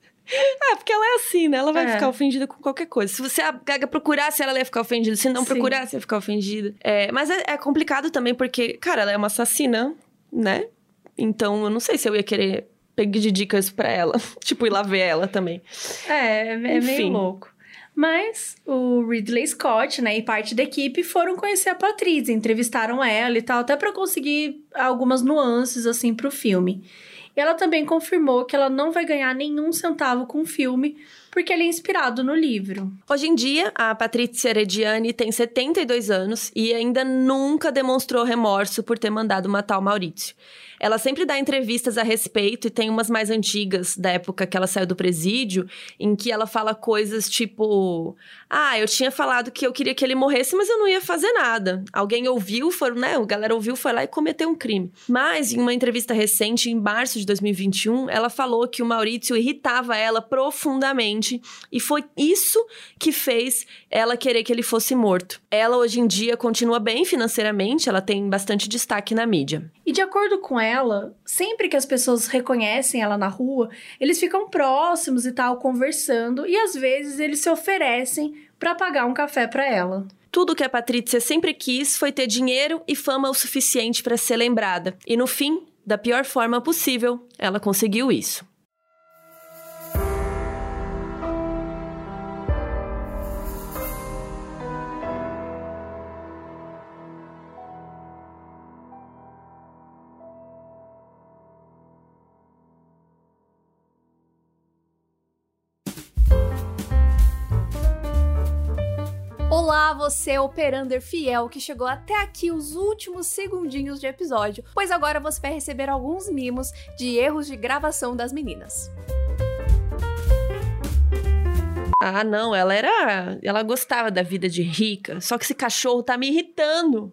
É, porque ela é assim, né? Ela vai É. ficar ofendida com qualquer coisa. Se você, a Gaga, procurasse, ela ia ficar ofendida. Se não Sim. procurasse, ia ficar ofendida. É, mas é, é complicado também porque, cara, ela é uma assassina, né? Então, eu não sei se eu ia querer pedir dicas pra ela. Tipo, ir lá ver ela também. É, é meio Enfim. louco. Mas o Ridley Scott, né, e parte da equipe foram conhecer a Patrícia, entrevistaram ela e tal, até pra conseguir algumas nuances, assim, pro filme. E ela também confirmou que ela não vai ganhar nenhum centavo com o filme, porque ele é inspirado no livro. Hoje em dia, a Patrícia Herediani tem setenta e dois anos e ainda nunca demonstrou remorso por ter mandado matar o Maurício. Ela sempre dá entrevistas a respeito e tem umas mais antigas, da época que ela saiu do presídio, em que ela fala coisas tipo... Ah, eu tinha falado que eu queria que ele morresse, mas eu não ia fazer nada. Alguém ouviu, foi, né? A galera ouviu, foi lá e cometeu um crime. Mas, em uma entrevista recente, em março de dois mil e vinte e um, ela falou que o Maurício irritava ela profundamente e foi isso que fez ela querer que ele fosse morto. Ela, hoje em dia, continua bem financeiramente, ela tem bastante destaque na mídia. E de acordo com ela, sempre que as pessoas reconhecem ela na rua, eles ficam próximos e tal, conversando, e às vezes eles se oferecem pra pagar um café pra ela. Tudo que a Patrícia sempre quis foi ter dinheiro e fama o suficiente para ser lembrada. E no fim, da pior forma possível, ela conseguiu isso. Olá, você operander fiel que chegou até aqui os últimos segundinhos de episódio, pois agora você vai receber alguns mimos de erros de gravação das meninas. Ah, não, ela era... Ela gostava da vida de rica, só que esse cachorro tá me irritando.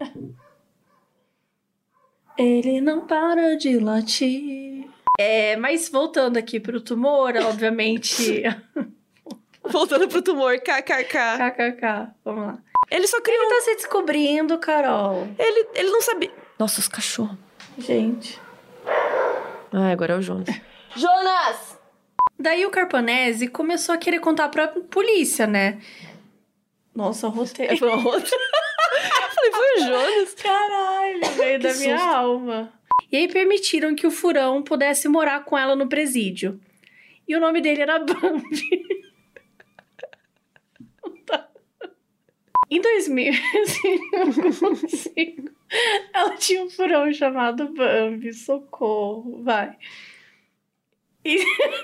Ele não para de latir. É, mas voltando aqui pro tumor, obviamente... Voltando pro tumor, kkk. Kkk, vamos lá. Ele só criou... Ele tá se descobrindo, Carol. Ele, ele não sabia... Nossa, os cachorros. Gente. Ah, agora é o Jonas. Jonas! Daí o Carpanese começou a querer contar pra polícia, né? Nossa, rotei. Foi uma outra. Falei, foi o Jonas. Caralho, veio da minha susto. alma. E aí permitiram que o furão pudesse morar com ela no presídio. E o nome dele era Bambi. Em dois mil e cinco, ela tinha um furão chamado Bambi. Socorro, vai. E...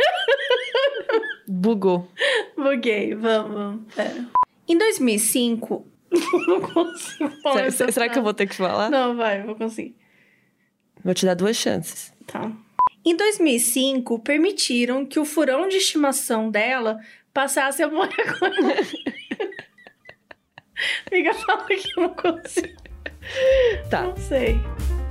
Bugou. Buguei, vamos, vamos, pera. Em dois mil e cinco... Não consigo falar Será, essa será frase. que eu vou ter que falar? Não, vai, vou conseguir. Vou te dar duas chances. Tá. Em dois mil e cinco, permitiram que o furão de estimação dela passasse a morar com ela. Amiga, fala que eu não consigo. Tá. Não sei.